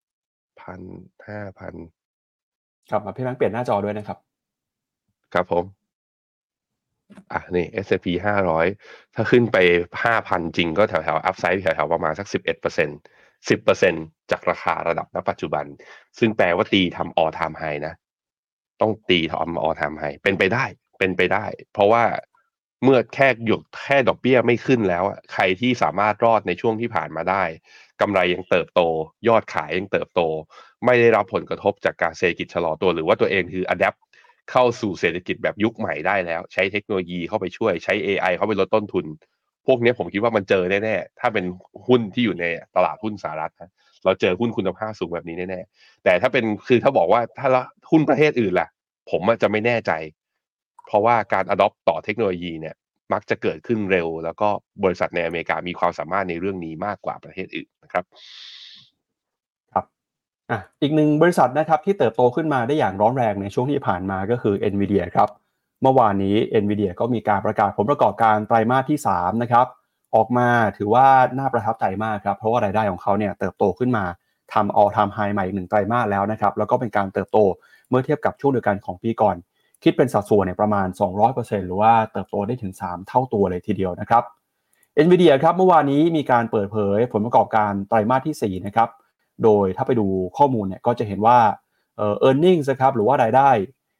Speaker 3: 5,000
Speaker 2: ครับพี่แบงค์เปลี่ยนหน้าจอด้วยนะครับ
Speaker 3: ครับผมนี่ S&P 500ถ้าขึ้นไป 5,000 จริงก็แถวๆอัพไซด์แถวๆประมาณสัก 11% 10% จากราคาระดับณปัจจุบันซึ่งแปลว่าตีทำ all time high นะต้องตีทำ all time high เป็นไปได้เพราะว่าเมื่อแค่ดอกเบี้ยไม่ขึ้นแล้วใครที่สามารถรอดในช่วงที่ผ่านมาได้กำไรยังเติบโตยอดขายยังเติบโตไม่ได้รับผลกระทบจากการเศรษฐกิจชะลอตัวหรือว่าตัวเองคือ adapt เข้าสู่เศรษฐกิจแบบยุคใหม่ได้แล้วใช้เทคโนโลยีเข้าไปช่วยใช้ AI เข้าไปลดต้นทุนพวกนี้ผมคิดว่ามันเจอแน่ๆถ้าเป็นหุ้นที่อยู่ในตลาดหุ้นสหรัฐเราเจอหุ้นคุณภาพสูงแบบนี้แน่ๆแต่ถ้าบอกว่าถ้าหุ้นประเทศอื่นล่ะผมจะไม่แน่ใจเพราะว่าการ adopt ต่อเทคโนโลยีเนี่ยมักจะเกิดขึ้นเร็วแล้วก็บริษัทในอเมริกามีความสามารถในเรื่องนี้มากกว่าประเทศอื่นนะครับ
Speaker 2: อีกหนึ่งบริษัทนะครับที่เติบโตขึ้นมาได้อย่างร้อนแรงในช่วงที่ผ่านมาก็คือ Nvidia ครับเมื่อวานนี้ Nvidia ก็มีการประกาศผลประกอบการไตรมาสที่3นะครับออกมาถือว่าน่าประทับใจมากครับเพราะว่ารายได้ของเขาเนี่ยเติบโตขึ้นมาทำ all time high ใหม่อีก1ไตรมาสแล้วนะครับแล้วก็เป็นการเติบโตเมื่อเทียบกับช่วงเดียวกันของปีก่อนคิดเป็นสัดส่วนเนี่ยประมาณ 200% หรือว่าเติบโตได้ถึง3เท่าตัวเลยทีเดียวนะครับ Nvidia ครับเมื่อวานนี้มีการเปิดเผยผลประกอบการไตรมาสที่4นะครับโดยถ้าไปดูข้อมูลเนี่ยก็จะเห็นว่าearnings นะครับหรือว่ารายได้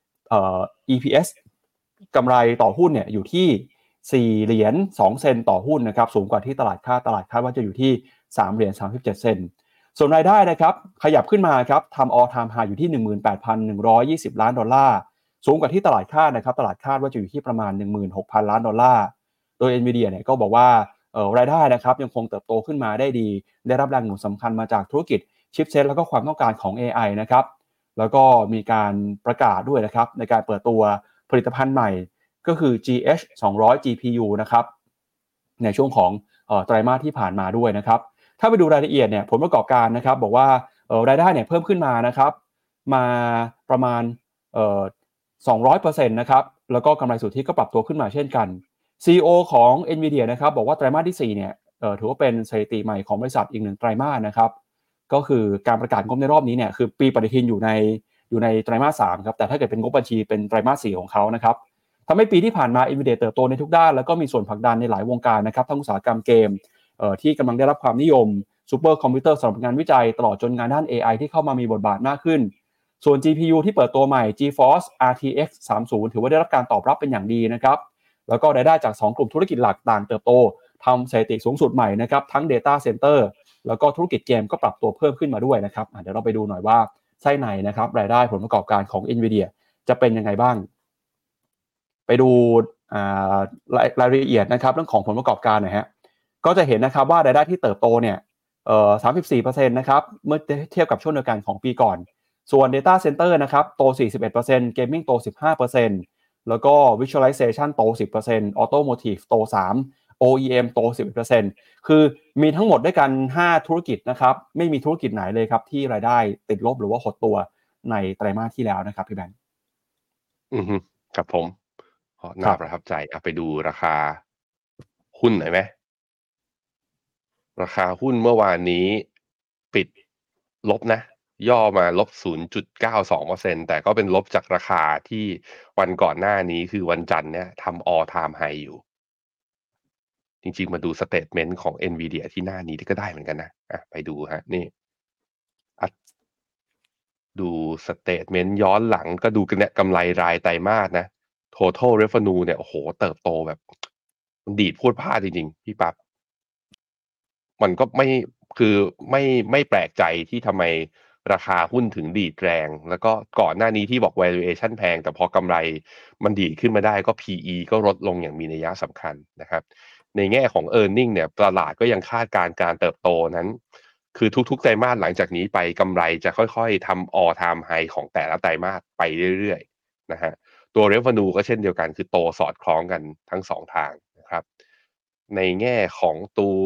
Speaker 2: EPS กำไรต่อหุ้นเนี่ยอยู่ที่4เหรียญ2เซนต์ต่อหุ้นนะครับสูงกว่าที่ตลาดคาดว่าจะอยู่ที่3เหรียญ37เซนต์ส่วนรายได้นะครับขยับขึ้นมาครับทำ all time high อยู่ที่ 18,120 ล้านดอลลาร์สูงกว่าที่ตลาดคาดนะครับตลาดคาดว่าจะอยู่ที่ประมาณ 16,000 ล้านดอลลาร์โดย Nvidia เนี่ยก็บอกว่ารายได้นะครับยังคงเติบโตขึ้นมาได้ดีได้รับแรงหนุนสำคัญมาจากธุรกิจชิปเซ็ตแล้วก็ความต้องการของ AI นะครับแล้วก็มีการประกาศด้วยนะครับในการเปิดตัวผลิตภัณฑ์ใหม่ก็คือ GH 200 GPU นะครับในช่วงของไตรมาสที่ผ่านมาด้วยนะครับถ้าไปดูรายละเอียดเนี่ยผลประกอบการนะครับบอกว่ารายได้เนี่ยเพิ่มขึ้นมานะครับมาประมาณ200% นะครับแล้วก็กำไรสุทธิก็ปรับตัวขึ้นมาเช่นกัน CEO ของ Nvidia นะครับบอกว่าไตรมาสที่4เนี่ยถือว่าเป็นสถิติใหม่ของบริษัทอีก1ไตรมาสนะครับก็คือการประกาศงบในรอบนี้เนี่ยคือปีปฏิทินอยู่ในไตรมาส3ครับแต่ถ้าเกิดเป็นงบบัญชีเป็นไตรมาส4ของเขานะครับทำให้ปีที่ผ่านมา Nvidia เติบโตในทุกด้านแล้วก็มีส่วนผลักดันในหลายวงการนะครับทั้งอุตสาหกรรมเกมที่กำลังได้รับความนิยมซูเปอร์คอมพิวเตอร์สำหรับงานวิจัยตลอดจนงานด้าน AI ที่เข้ามามีบทบาทมากขึ้นส่วน GPU ที่เปิดตัวใหม่ GeForce RTX 30ถือว่าได้รับการตอบรับเป็นอย่างดีนะครับแล้วก็รายได้จาก2กลุ่มธุรกิจหลักต่างเติบโตทำสถิติสูงสุดใหม่นะครับทั้ง Data Center แล้วก็ธุรกิจเกมก็ปรับตัวเพิ่มขึ้นมาด้วยนะครับเดี๋ยวเราไปดูหน่อยว่าไส้ในนะครับรายได้ผลประกอบการของ Nvidia จะเป็นยังไงบ้างไปดูรายละเอียดนะครับเรื่องของผลประกอบการหน่อยฮะก็จะเห็นนะครับว่ารายได้ที่เติบโตเนี่ย34% นะครับเมื่อเทียบกับช่วงเดียวกันของปีก่อนส่วน Data Center นะครับโต 41% Gaming โต 15%แล้วก็ Visualization โต 10% Automotive โต 3% OEM โต 11% คือมีทั้งหมดด้วยกัน5ธุรกิจนะครับไม่มีธุรกิจไหนเลยครับที่รายได้ติดลบหรือว่าหดตัวในไตรมาสที่แล้วนะครับพี่แบงค์
Speaker 3: ครับผมน่าประทับใจไปดูราคาหุ้นหน่อยไหมราคาหุ้นเมื่อวานนี้ปิดลบนะย่อมาลบ 0.92% แต่ก็เป็นลบจากราคาที่วันก่อนหน้านี้คือวันจันทร์เนี่ยทำ all time high อยู่จริงๆมาดูสเตทเมนต์ของ Nvidia ที่หน้านี้ก็ได้เหมือนกันนะไปดูฮะนี่ดูสเตทเมนต์ย้อนหลังก็ดูกันเนี่ยกำไรรายไตรมาสนะ total revenue เนี่ยโอ้โหเติบโตแบบมันดีดพูดพลาดจริงๆพี่ปั๊บมันก็คือไม่แปลกใจที่ทำไมราคาหุ้นถึงดีดแรงแล้วก็ก่อนหน้านี้ที่บอก valuation แพงแต่พอกำไรมันดีดขึ้นมาได้ก็ PE ก็ลดลงอย่างมีนัยสำคัญนะครับในแง่ของ earning เนี่ยตลาดก็ยังคาดการเติบโตนั้นคือทุกๆไตรมาสหลังจากนี้ไปกำไรจะค่อยๆทำ all time high ของแต่ละไตรมาสไปเรื่อยๆนะฮะตัว revenue ก็เช่นเดียวกันคือโตสอดคล้องกันทั้ง2ทางนะครับในแง่ของตัว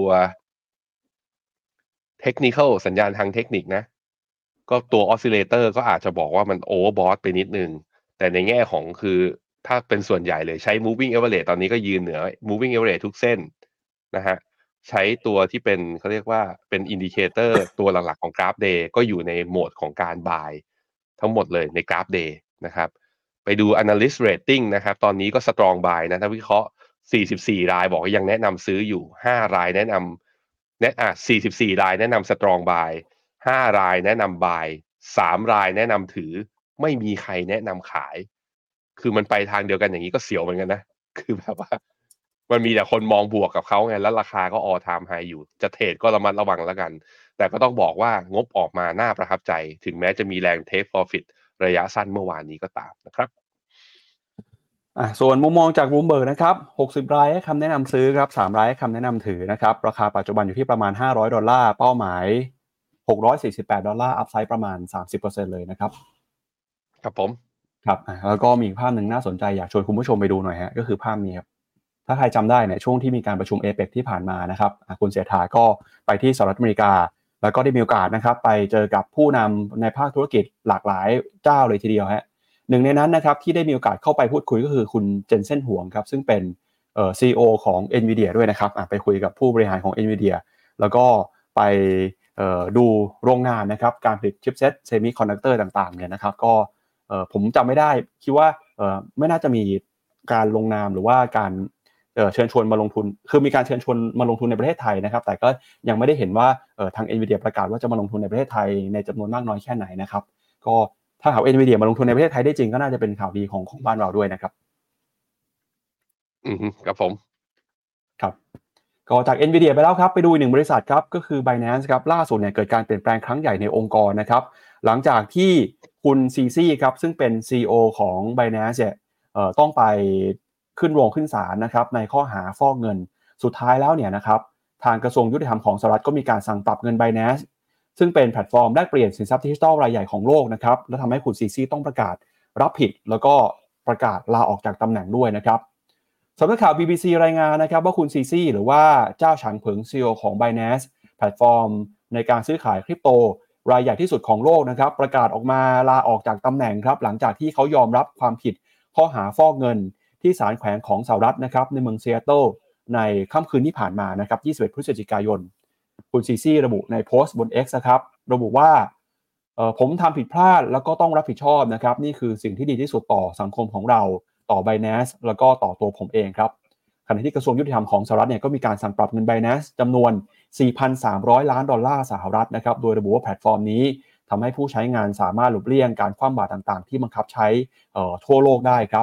Speaker 3: Technical สัญญาณทางเทคนิคนะก็ตัว Oscillator ก็อาจจะบอกว่ามัน Overbought ไปนิดนึงแต่ในแง่ของคือถ้าเป็นส่วนใหญ่เลยใช้ Moving Average ตอนนี้ก็ยืนเหนือ Moving Average ทุกเส้นนะฮะใช้ตัวที่เป็นเขาเรียกว่าเป็น Indicator ตัวหลักๆของ Graph Day ก็อยู่ในโหมดของการ Buy ทั้งหมดเลยใน Graph Day นะครับไปดู Analyst Rating นะครับตอนนี้ก็ Strong Buy นะนักวิเคราะห์44รายบอกว่ายังแนะนำซื้ออยู่5รายแนะนำ44รายแนะนำ Strong Buy 5รายแนะนำ Buy 3รายแนะนำถือไม่มีใครแนะนำขายคือมันไปทางเดียวกันอย่างนี้ก็เสียวเหมือนกันนะคือแบบว่ามันมีแต่คนมองบวกกับเขาไงแล้วราคาก็ all time high อยู่จะเทรดก็ระมัดระวังแล้วกันแต่ก็ต้องบอกว่างบออกมาน่าประทับใจถึงแม้จะมีแรง take profit ระยะสั้นเมื่อวานนี้ก็ตามนะครับ
Speaker 2: ส่วนมุมมองจาก Bloomberg นะครับ60รายให้คำแนะนำซื้อครับ3รายให้คำแนะนำถือนะครับราคาปัจจุบันอยู่ที่ประมาณ$500เป้าหมาย$648อัพไซด์ประมาณ 30% เลยนะครับ
Speaker 3: ครับผม
Speaker 2: ครับแล้วก็มีภาพหนึ่งน่าสนใจอยากชวนคุณผู้ชมไปดูหน่อยฮะก็คือภาพนี้ครับถ้าใครจำได้เนี่ยช่วงที่มีการประชุม APEC ที่ผ่านมานะครับคุณเศรษฐาก็ไปที่สหรัฐอเมริกาแล้วก็ได้มีโอกาสนะครับไปเจอกับผู้นำในภาคธุรกิจหลากหลายเจ้าเลยทีเดียวฮะหนึ่งในนั้นนะครับที่ได้มีโอกาสเข้าไปพูดคุยก็คือคุณเจนเซ่นห่วงครับซึ่งเป็นCEO ของ NVIDIA ด้วยนะครับไปคุยกับผู้บริหารของ NVIDIA แล้วก็ไปดูโรงงานนะครับการผลิตชิปเซตเซมิคอนดักเตอร์ต่างๆเนี่ยนะครับก็ผมจำไม่ได้คิดว่าไม่น่าจะมีการลงนามหรือว่าการเชิญชวนมาลงทุนคือมีการเชิญชวนมาลงทุนในประเทศไทยนะครับแต่ก็ยังไม่ได้เห็นว่าทาง NVIDIA ประกาศว่าจะมาลงทุนในประเทศไทยในจำนวนมากน้อยแค่ไหนนะครับก็ถ้าหาก NVIDIA มาลงทุนในประเทศไทยได้จริงก็น่าจะเป็นข่าวดีของบ้านเราด้วยนะครับ
Speaker 3: ครับผม
Speaker 2: ครับก็จาก NVIDIA ไปแล้วครับไปดูอีกหนึ่งบริษัทครับก็คือ Binance ครับล่าสุดเนี่ยเกิดการเปลี่ยนแปลงครั้งใหญ่ในองค์กรนะครับหลังจากที่คุณซีซี่ครับซึ่งเป็น CEO ของ Binance เนี่ยต้องไปขึ้นโรงขึ้นศาลนะครับในข้อหาฟอกเงินสุดท้ายแล้วเนี่ยนะครับทางกระทรวงยุติธรรมของสหรัฐก็มีการสั่งปรับเงิน Binance ซึ่งเป็นแพลตฟอร์มแลกเปลี่ยนสินทรัพย์ดิจิทัลรายใหญ่ของโลกนะครับและทำให้คุณซีซี่ต้องประกาศรับผิดแล้วก็ประกาศลาออกจากตำแหน่งด้วยนะครับสำนักข่าว BBC รายงานนะครับว่าคุณซีซี่หรือว่าเจ้าฉางเผิง CEO ของ Binance แพลตฟอร์มในการซื้อขายคริปโตรายใหญ่ที่สุดของโลกนะครับประกาศออกมาลาออกจากตำแหน่งครับหลังจากที่เขายอมรับความผิดข้อหาฟอกเงินที่ศาลแขวงของสหรัฐนะครับในเมืองซีแอตเทิลในค่ำคืนที่ผ่านมานะครับ21 พฤศจิกายนคุณซีซี่ระบุในโพสต์บน X นะครับระบุว่าผมทำผิดพลาดแล้วก็ต้องรับผิดชอบนะครับนี่คือสิ่งที่ดีที่สุดต่อสังคมของเราต่อ Binance แล้วก็ต่อตัวผมเองครับขณะที่กระทรวงยุติธรรมของสหรัฐเนี่ยก็มีการสั่งปรับเงิน Binance จำนวน 4,300 ล้านดอลลาร์สหรัฐนะครับโดยระบุว่าแพลตฟอร์มนี้ทำให้ผู้ใช้งานสามารถหลบเลี่ยงการคว่ำบาตรต่างๆที่บังคับใช้ทั่วโลกได้ครับ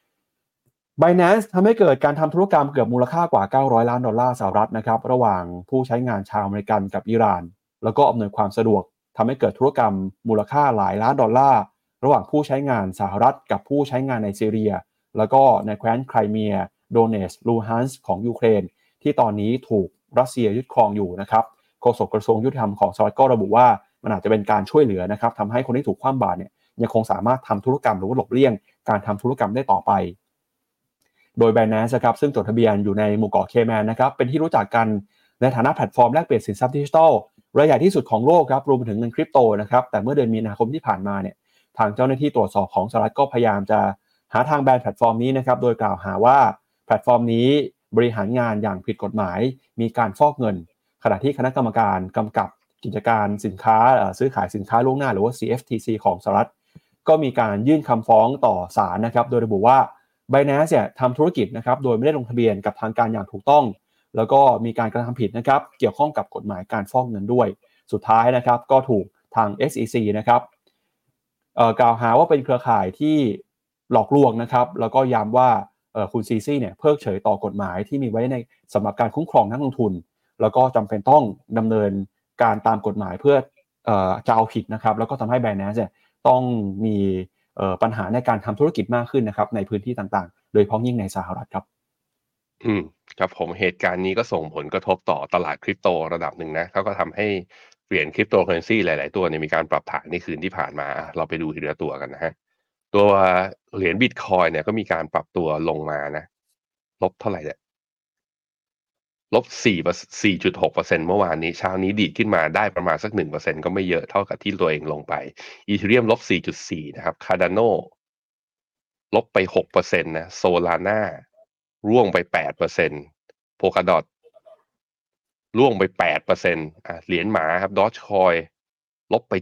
Speaker 2: Binance ทำให้เกิดการทำธุรกรรมเกือบมูลค่ากว่า900ล้านดอลลาร์สหรัฐนะครับระหว่างผู้ใช้งานชาวอเมริกันกับอิหร่านแล้วก็อำนวยความสะดวกทำให้เกิดธุรกรรมมูลค่าหลายล้านดอลลาร์ระหว่างผู้ใช้งานสหรัฐกับผู้ใช้งานในซีเรียแล้วก็ในแคว้นไครเมียโดเนสลูฮันส์ของยูเครนที่ตอนนี้ถูกรัสเซียยึดครองอยู่นะครับโฆษกกระทรวงยุติธรรมของสหรัฐก็ระบุว่ามันอาจจะเป็นการช่วยเหลือนะครับทำให้คนที่ถูกคว่ำบาตรเนี่ยยังคงสามารถทำธุรกรรมหรือว่าหลบเลี่ยงการทำธุรกรรมได้ต่อไปโดย Binance นะครับซึ่งจดทะเบียนอยู่ในหมู่เกาะเคแมนนะครับเป็นที่รู้จักกันในฐานะแพลตฟอร์มแลกเปลี่ยนสินทรัพย์ดิจิทัลรายใหญ่ที่สุดของโลกครับรวมไปถึงเงินคริปโตนะครับแต่เมื่อเดือนมีนาคมที่ผ่านมาเนี่ยทางเจ้าหน้าที่ตรวจสอบของสหรัฐก็พยายามจะหาทางแบนแพลตฟอร์มนี้นะครับโดยกล่าวหาว่าแพลตฟอร์มนี้บริหารงานอย่างผิดกฎหมายมีการฟอกเงินขณะที่คณะกรรมการกำกับกิจการสินค้าซื้อขายสินค้าล่วงหน้าหรือว่า CFTC ของสหรัฐก็มีการยื่นคำฟ้องต่อศาลนะครับโดยระบุว่าBinance เนี่ยทำธุรกิจนะครับโดยไม่ได้ลงทะเบียนกับทางการอย่างถูกต้องแล้วก็มีการกระทำผิดนะครับเกี่ยวข้องกับกฎหมายการฟอกเงินด้วยสุดท้ายนะครับก็ถูกทาง SEC นะครับกล่าวหาว่าเป็นเครือข่ายที่หลอกลวงนะครับแล้วก็ย้ำว่าคุณซีซี่เนี่ยเพิกเฉยต่อกฎหมายที่มีไว้ในสำหรับการคุ้มครองนักลงทุนแล้วก็จำเป็นต้องดำเนินการตามกฎหมายเพื่อจะเอาผิดนะครับแล้วก็ทำให้ Binance เนี่ยต้องมีปัญหาในการทำธุรกิจมากขึ้นนะครับในพื้นที่ต่างๆโดยเฉพาะยิ่งในสหรัฐครับ
Speaker 3: ครับผมเหตุการณ์นี้ก็ส่งผลกระทบต่อตลาดคริปโตระดับหนึ่งนะเขาก็ทำให้เหรียญคริปโตเคอเรนซีหลายๆตัวเนี่ยมีการปรับฐานในคืนที่ผ่านมาเราไปดูทีละตัวกันนะฮะตัวเหรียญบิตคอยเนี่ยก็มีการปรับตัวลงมานะลบเท่าไหร่เนี่ยลบ4.6%เมื่อวานนี้เช้านี้ดีดขึ้นมาได้ประมาณสัก 1% ก็ไม่เยอะเท่ากับที่ตัวเองลงไปอีเธเรียมลบ 4.4 นะครับคาร์ดาโนลบไป 6% นะโซลาร่าร่วงไป 8% โพคาดอทร่วงไป 8% เหรียญหมาครับดอ g คอยลบไป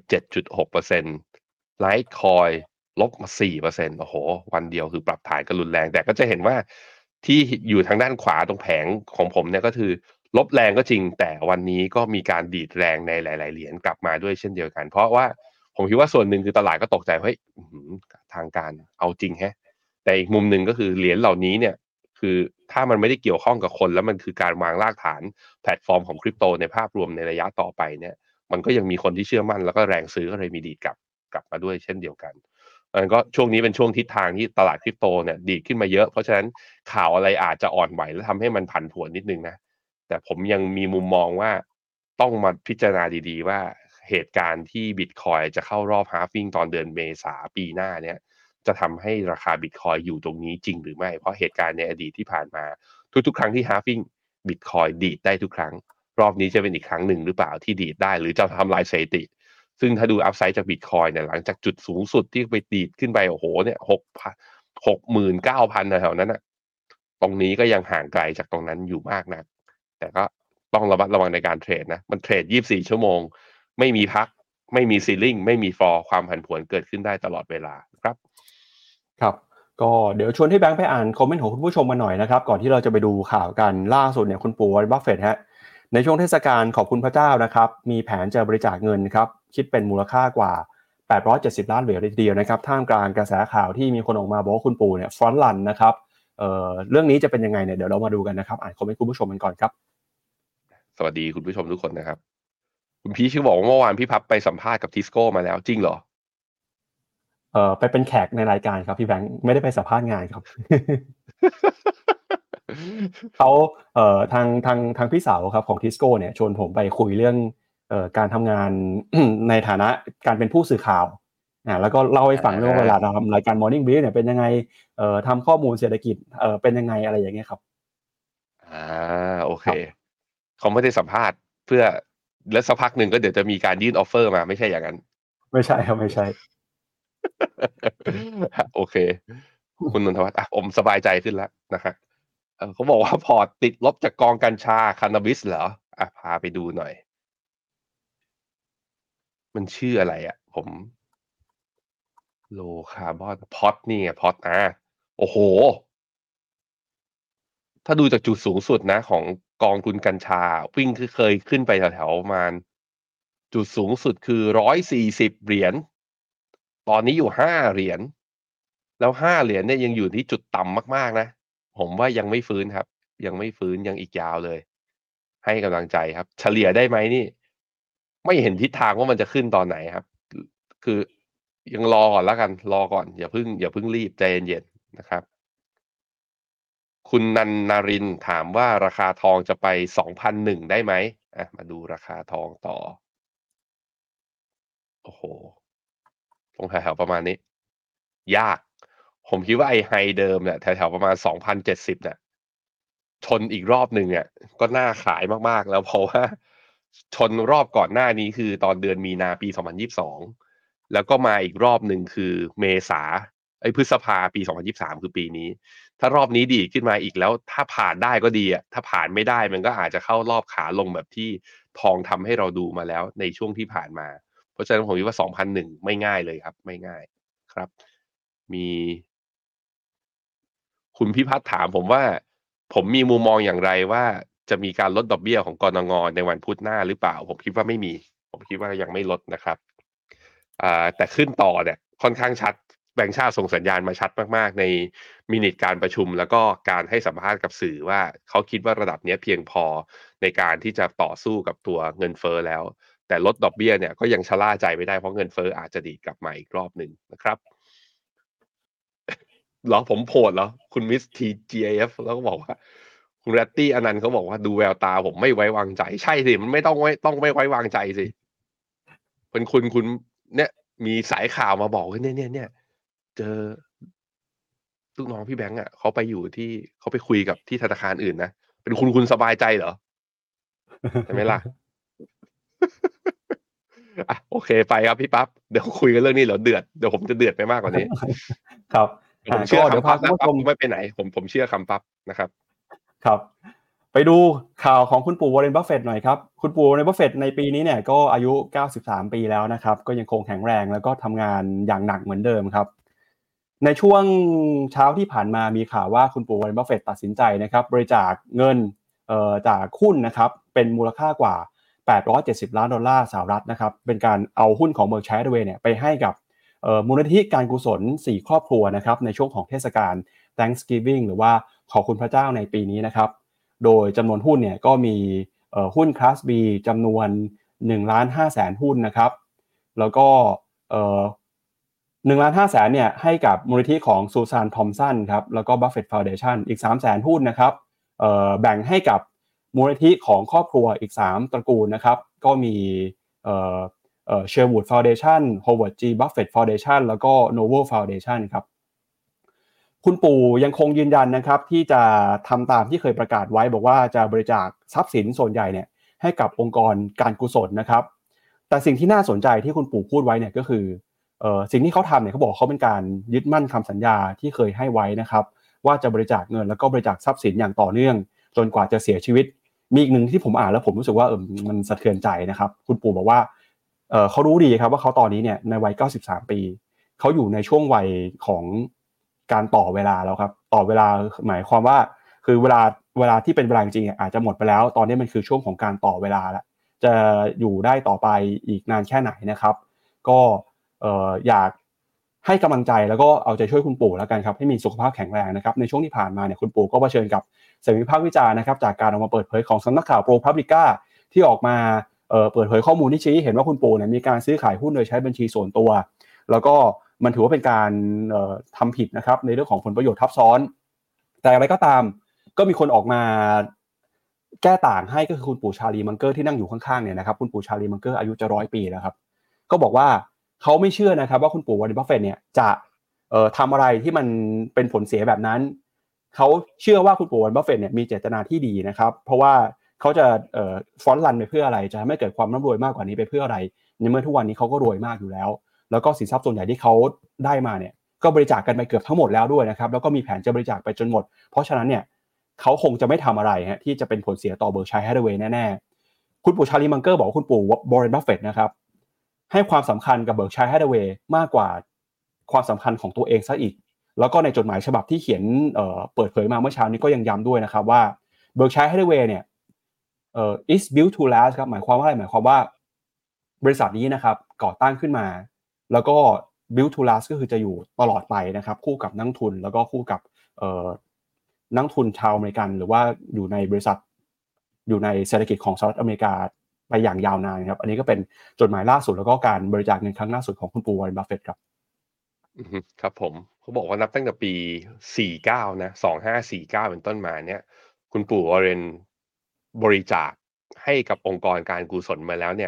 Speaker 3: 7.6% ไลท์คอยลบมา 4% โอ้โหวันเดียวคือปรับฐานกันรุนแรงแต่ก็จะเห็นว่าที่อยู่ทางด้านขวาตรงแผงของผมเนี่ยก็คือลบแรงก็จริงแต่วันนี้ก็มีการดีดแรงในหลายๆเหรียญกลับมาด้วยเช่นเดียวกันเพราะว่าผมคิดว่าส่วนหนึ่งคือตลาดก็ตกใจเฮ้ยทางการเอาจริงแฮะแต่อีกมุมหนึ่งก็คือเหรียญเหล่านี้เนี่ยคือถ้ามันไม่ได้เกี่ยวข้องกับคนแล้วมันคือการวางรากฐานแพลตฟอร์มของคริปโตในภาพรวมในระยะต่อไปเนี่ยมันก็ยังมีคนที่เชื่อมั่นแล้วก็แรงซื้อก็เลยมีดีดกลับมาด้วยเช่นเดียวกันก็ช่วงนี้เป็นช่วงทิศทางที่ตลาดคริปโตเนี่ยดีดขึ้นมาเยอะเพราะฉะนั้นข่าวอะไรอาจจะอ่อนไหวและทำให้มันผันผวนนิดนึงนะแต่ผมยังมีมุมมองว่าต้องมาพิจารณาดีๆว่าเหตุการณ์ที่ Bitcoin จะเข้ารอบ halving ตอนเดือนเมษาปีหน้าเนี่ยจะทำให้ราคา Bitcoin อยู่ตรงนี้จริงหรือไม่เพราะเหตุการณ์ในอดีตที่ผ่านมาทุกๆครั้งที่ halving Bitcoin ดีดได้ทุกครั้งรอบนี้จะเป็นอีกครั้งหนึ่งหรือเปล่าที่ดีดได้หรือจะทำลายสถิติซึ่งถ้าดูอัพไซด์จาก Bitcoin เนี่ยหลังจากจุดสูงสุดที่ไปดีดขึ้นไปโอ้โหเนี่ย69,000แถวนั้นน่ะตรงนี้ก็ยังห่างไกลจากตรงนั้นอยู่มากนักแต่ก็ต้องระมัดระวังในการเทรดนะมันเทรด24ชั่วโมงไม่มีพักไม่มีซีลิ่งไม่มีฟลอร์ความผันผวนเกิดขึ้นได้ตลอดเวลาครับ
Speaker 2: ครับก็เดี๋ยวชวนที่แบงค์ไปอ่านคอมเมนต์ของคุณผู้ชมมาหน่อยนะครับก่อนที่เราจะไปดูข่าวกันล่าสุดเนี่ยคุณปู่วอร์เรน บัฟเฟตต์ฮะในช่วงเทศกาลขอบคุณพระเจ้านะครับมีแผนจะบริจาคเงินครับคิดเป็นมูลค่ากว่า870ล้านเหรียญเลยทีเดียวนะครับท่ามกลางกระแสข่าวที่มีคนออกมาบอกว่าคุณปู่เนี่ยฟรอนต์รันนะครับเรื่องนี้จะเป็นยังไงเนี่ยเดี๋ยวเรามาดูกันนะครับอ่านคอมเมนต์คุณผู้ชมกันก่อนครับ
Speaker 3: สวัสดีคุณผู้ชมทุกคนนะครับคุณพีชบอกว่าเมื่อวานพี่พับไปสัมภาษณ์กับทิสโก้มาแล้วจริงเหรอ
Speaker 2: ไปเป็นแขกในรายการครับพี่แบงค์ไม่ได้ไปสัมภาษณ์งานครับ เขาทางพี่สาวครับของทิสโก้เนี่ยชวนผมไปคุยเรื่องการทำงาน ในฐานะการเป็นผู้สื่อข่าวแล้วก็เล่าให้ฟังเรื่องเวลาเราทำรายการ Morning Brief เนี่ยเป็นยังไงทำข้อมูลเศรษฐกิจเป็นยังไงอะไรอย่างเงี้ยครับ
Speaker 3: โอเคเขาไม่ได้สัมภาษณ์เพื่อแล้วสักพักหนึ่งก็เดี๋ยวจะมีการยื่นออฟเฟอร์มาไม่ใช่อย่างนั้น
Speaker 2: ไม่ใช่ครับไม่ใช่
Speaker 3: โอเคคุณนนทวัฒน์ผมสบายใจขึ้นแล้วนะครับเขาบอกว่าพอร์ตติดลบจากกองกัญชาคานาบิสเหรอพาไปดูหน่อยมันชื่ออะไรผมโลคาร์บอนพอตนี่ไงพอตโอ้โหถ้าดูจากจุดสูงสุดนะของกองทุนกัญชาวิ่งเคยขึ้นไปแถวๆประมาณจุดสูงสุดคือ140เหรียญตอนนี้อยู่5เหรียญแล้ว5เหรียญเนี่ยยังอยู่ที่จุดต่ำมากๆนะผมว่ายังไม่ฟื้นครับยังไม่ฟื้นยังอีกยาวเลยให้กำลังใจครับเฉลี่ยได้ไหมนี่ไม่เห็นทิศทางว่ามันจะขึ้นตอนไหนครับคือยังรอก่อนแล้วกันรอก่อนอย่าเพิ่งรีบใจเย็นๆนะครับคุณนันนารินถามว่าราคาทองจะไป 2,100 ได้ไหมมาดูราคาทองต่อโอ้โหตรงแถวๆประมาณนี้ยากผมคิดว่าไอ้ไฮเดิมเนี่ยแถวๆประมาณ 2,070 เนี่ยชนอีกรอบหนึ่งเนี่ยก็น่าขายมากๆแล้วเพราะว่าชนรอบก่อนหน้านี้คือตอนเดือนมีนาปี2022แล้วก็มาอีกรอบหนึ่งคือเมษาพฤษภาปี2023คือปีนี้ถ้ารอบนี้ดีขึ้นมาอีกแล้วถ้าผ่านได้ก็ดีถ้าผ่านไม่ได้มันก็อาจจะเข้ารอบขาลงแบบที่ทองทำให้เราดูมาแล้วในช่วงที่ผ่านมาเพราะฉะนั้นผมคิดว่า2,001ไม่ง่ายเลยครับไม่ง่ายครับมีคุณพิพัฒน์ถามผมว่าผมมีมุมมองอย่างไรว่าจะมีการลดดอกเบี้ยของกนง.ในวันพุธหน้าหรือเปล่าผมคิดว่าไม่มีผมคิดว่ายังไม่ลดนะครับแต่ขึ้นต่อเนี่ยค่อนข้างชัดแบงก์ชาติส่งสัญญาณมาชัดมากๆในมินิทการประชุมแล้วก็การให้สัมภาษณ์กับสื่อว่าเขาคิดว่าระดับนี้เพียงพอในการที่จะต่อสู้กับตัวเงินเฟ้อแล้วแต่ลดดอกเบี้ยเนี่ยก็ยังชะล่าใจไม่ได้เพราะเงินเฟ้ออาจจะดีดกลับมาอีกรอบหนึ่งนะครับเหรอผมโพสเหรอคุณมิส TGIF แล้วก็บอกว่าคุณแรตตี้อนันต์เขาบอกว่าดูแววตาผมไม่ไว้วางใจใช่สิมันไม่ต้องไม่ไว้วางใจสิเป็นคุณเนี่ยมีสายข่าวมาบอกว่าเนี่ยเจอลูกน้องพี่แบงค์เขาไปอยู่ที่เขาไปคุยกับที่ธนาคารอื่นนะเป็นคุณสบายใจเหรอใช่ไหมล่ะโอเคไปครับพี่ปั๊บเดี๋ยวคุยกันเรื่องนี้เดี๋ยวผมจะเดือดไปมากกว่านี้
Speaker 2: ครับ
Speaker 3: ผมเชื่อคำปั๊บนะปั๊บไม่ไปไหนผมเชื่อคำปั๊บนะครับ
Speaker 2: ครับไปดูข่าวของคุณปู่วอร์เรน บัฟเฟตต์หน่อยครับคุณปู่วอร์เรน บัฟเฟตต์ในปีนี้เนี่ยก็อายุ93ปีแล้วนะครับก็ยังคงแข็งแรงแล้วก็ทำงานอย่างหนักเหมือนเดิมครับในช่วงเช้าที่ผ่านมามีข่าวว่าคุณปู่วอร์เรน บัฟเฟตต์ตัดสินใจนะครับบริจาคเงินจากหุ้นนะครับเป็นมูลค่ากว่า870ล้านดอลลาร์สหรัฐนะครับเป็นการเอาหุ้นของ Berkshire Hathaway เนี่ยไปให้กับมูลนิธิการกุศล4ครอบครัวนะครับในช่วงของเทศกาล Thanksgiving หรือว่าขอบคุณพระเจ้าในปีนี้นะครับโดยจำนวนหุ้นเนี่ยก็มีหุ้นคลาส B จำนวน 1,500,000 หุ้นนะครับแล้วก็1,500,000เนี่ยให้กับมูลนิธิของซูซานทอมสันครับแล้วก็ Buffett Foundation อีก 300,000 หุ้นนะครับแบ่งให้กับมูลนิธิของครอบครัวอีก3ตระกูลนะครับก็มี Sherwood Foundation Howard G Buffett Foundation แล้วก็ Noble Foundation ครับคุณปู่ยังคงยืนยันนะครับที่จะทำตามที่เคยประกาศไว้บอกว่าจะบริจาคทรัพย์สินส่วนใหญ่เนี่ยให้กับองค์กรการกุศลนะครับแต่สิ่งที่น่าสนใจที่คุณปู่พูดไว้เนี่ยก็คือสิ่งที่เขาทำเนี่ยเขาบอกเขาเป็นการยึดมั่นคำสัญญาที่เคยให้ไว้นะครับว่าจะบริจาคเงินแล้วก็บริจาคทรัพย์สินอย่างต่อเนื่องจนกว่าจะเสียชีวิตมีอีกหนึ่งที่ผมอ่านแล้วผมรู้สึกว่ามันสะเทือนใจนะครับคุณปู่บอกว่าเขารู้ดีครับว่าเขาตอนนี้เนี่ยในวัย93ปีเขาอยู่ในช่วงวัยของการต่อเวลาแล้วครับต่อเวลาหมายความว่าคือเวลาที่เป็นเวลาจริงๆอาจจะหมดไปแล้วตอนนี้มันคือช่วงของการต่อเวลาแล้วจะอยู่ได้ต่อไปอีกนานแค่ไหนนะครับก็อยากให้กำลังใจแล้วก็เอาใจช่วยคุณปู่แล้วกันครับให้มีสุขภาพแข็งแรงนะครับในช่วงที่ผ่านมาเนี่ยคุณปู่ก็เผชิญกับเสียงวิพากษ์วิจารณ์นะครับจากการออกมาเปิดเผยของสำนักข่าว ProPublica ที่ออกมาเปิดเผยข้อมูลที่ชี้เห็นว่าคุณปู่เนี่ยมีการซื้อขายหุ้นโดยใช้บัญชีส่วนตัวแล้วก็มันถือว่าเป็นการทำผิดนะครับในเรื่องของผลประโยชน์ทับซ้อนแต่อะไรก็ตามก็มีคนออกมาแก้ต่างให้ก็คือคุณปู่ชาลีมังเกอร์ที่นั่งอยู่ข้างๆเนี่ยนะครับคุณปู่ชาลีมังเกอร์อายุจะ100 ปีแล้วครับก็บอกว่าเขาไม่เชื่อนะครับว่าคุณปู่วอร์เรน บัฟเฟตต์เนี่ยจะทำอะไรที่มันเป็นผลเสียแบบนั้นเขาเชื่อว่าคุณปู่วอร์เรน บัฟเฟตต์เนี่ยมีเจตนาที่ดีนะครับเพราะว่าเขาจะฟอนต์รันไปเพื่ออะไรจะไม่เกิดความร่ำรวยมากกว่านี้ไปเพื่ออะไรในเมื่อทุกวันนี้เขาก็รวยมากอยู่แล้วแล้วก็สินทรัพย์ส่วนใหญ่ที่เขาได้มาเนี่ยก็บริจาคกันไปเกือบทั้งหมดแล้วด้วยนะครับแล้วก็มีแผนจะบริจาคไปจนหมดเพราะฉะนั้นเนี่ยเขาคงจะไม่ทำอะไรฮะที่จะเป็นผลเสียต่อเบอร์ชัยแฮทเวย์แน่ๆคุณปู่ชาลีมังเกอร์บอกว่าคุณปู่วอร์เรน บัฟเฟตต์นะครับให้ความสำคัญกับเบอร์ชัยแฮทเวย์มากกว่าความสำคัญของตัวเองซะอีกแล้วก็ในจดหมายฉบับที่เขียนเปิดเผยมาเมื่อเช้านี้ก็ยังย้ำด้วยนะครับว่าเบอร์ชัยแฮทเวย์เนี่ยis built to last ครับหมายความว่าอะไรหมายความว่าบริษัทนี้นะครับก่อตั้งขึ้นมาแล้วก็ build to last ก็คือจะอยู่ตลอดไปนะครับคู่กับนักทุนแล้วก็คู่กับนักทุนชาวอเมริกันหรือว่าอยู่ในบริษัทอยู่ในเศรษฐกิจของสหรัฐอเมริกาไปอย่างยาวนานครับอันนี้ก็เป็นจดหมายล่าสุดแล้วก็การบริจาคเงินครั้งล่าสุดของคุณปู่วอร์เรน บัฟเฟตต์ครับ
Speaker 3: ครับผมเขาบอกว่านับตั้งแต่ปี49นะ2549เป็นต้นมาเนี่ยคุณปู่วอร์เรนบริจาคให้กับองค์กรการกุศลมาแล้วเนี่ย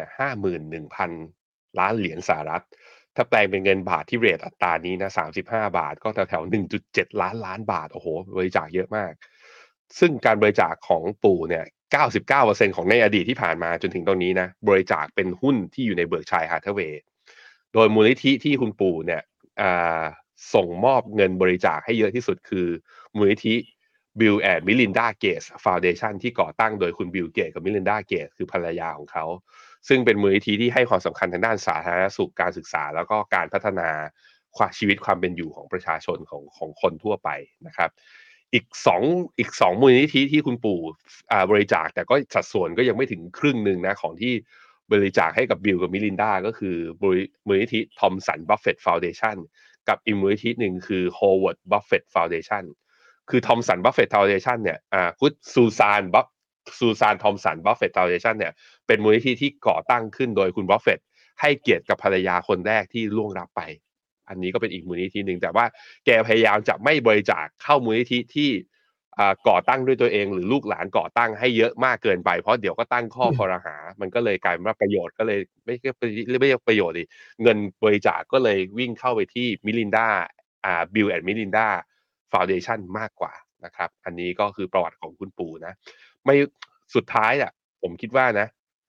Speaker 3: 51,000 ล้านเหรียญสหรัฐถ้าแปลงเป็นเงินบาทที่เรทอัตรานี้นะ35 บาทก็แถวๆ 1.7 ล้านบาทโอ้โหบริจาคเยอะมากซึ่งการบริจาคของปู่เนี่ย 99% ของในอดีตที่ผ่านมาจนถึงตรงนี้นะบริจาคเป็นหุ้นที่อยู่ในเบิร์กชัยฮาร์ทเวย์โดยมูลนิธิที่คุณปู่เนี่ยส่งมอบเงินบริจาคให้เยอะที่สุดคือมูลนิธิ Bill and Melinda Gates Foundation ที่ก่อตั้งโดยคุณบิลเกตกับมิลินดาเกตคือภรรยาของเขาซึ่งเป็นมูลนิธิที่ให้ความสำคัญทางด้านสาธารณสุขการศึกษาแล้วก็การพัฒนาชีวิตความเป็นอยู่ของประชาชนของคนทั่วไปนะครับอีกสองมูลนิธิที่คุณปู่บริจาคแต่ก็สัดส่วนก็ยังไม่ถึงครึ่งนึงนะของที่บริจาคให้กับบิลกับมิลินดาก็คือมูลนิธิทอมสันบัฟเฟตต์ฟาวเดชั่นกับอีกมูลนิธิหนึ่งคือ Howard Buffett Foundation คือทอมสันบัฟเฟตต์ฟาวเดชั่นเนี่ยคุณซูซานทอมสันบัฟเฟตต์ฟาวเดชั่นเนี่ยเป็นมูลนิธิที่ก่อตั้งขึ้นโดยคุณบัฟเฟตต์ให้เกียรติกับภรรยาคนแรกที่ล่วงลับไปอันนี้ก็เป็นอีกมูลนิธิหนึ่งแต่ว่าแกพยายามจะไม่บริจาคเข้ามูลนิธิที่ก่อตั้งด้วยตัวเองหรือลูกหลานก่อตั้งให้เยอะมากเกินไปเพราะเดี๋ยวก็ตั้งข้อคอรหามันก็เลยกลายเป็นว่าประโยชน์ก็เลยไม่ใช่ประโยชน์ดิเงินบริจาคก็เลยวิ่งเข้าไปที่มิลินดาบิลแอนด์มิลินดาฟาวเดชั่นมากกว่านะครับอันนี้ก็คือประวัติของคุณปู่นะไม่สุดท้ายอ่ะผมคิดว่านะ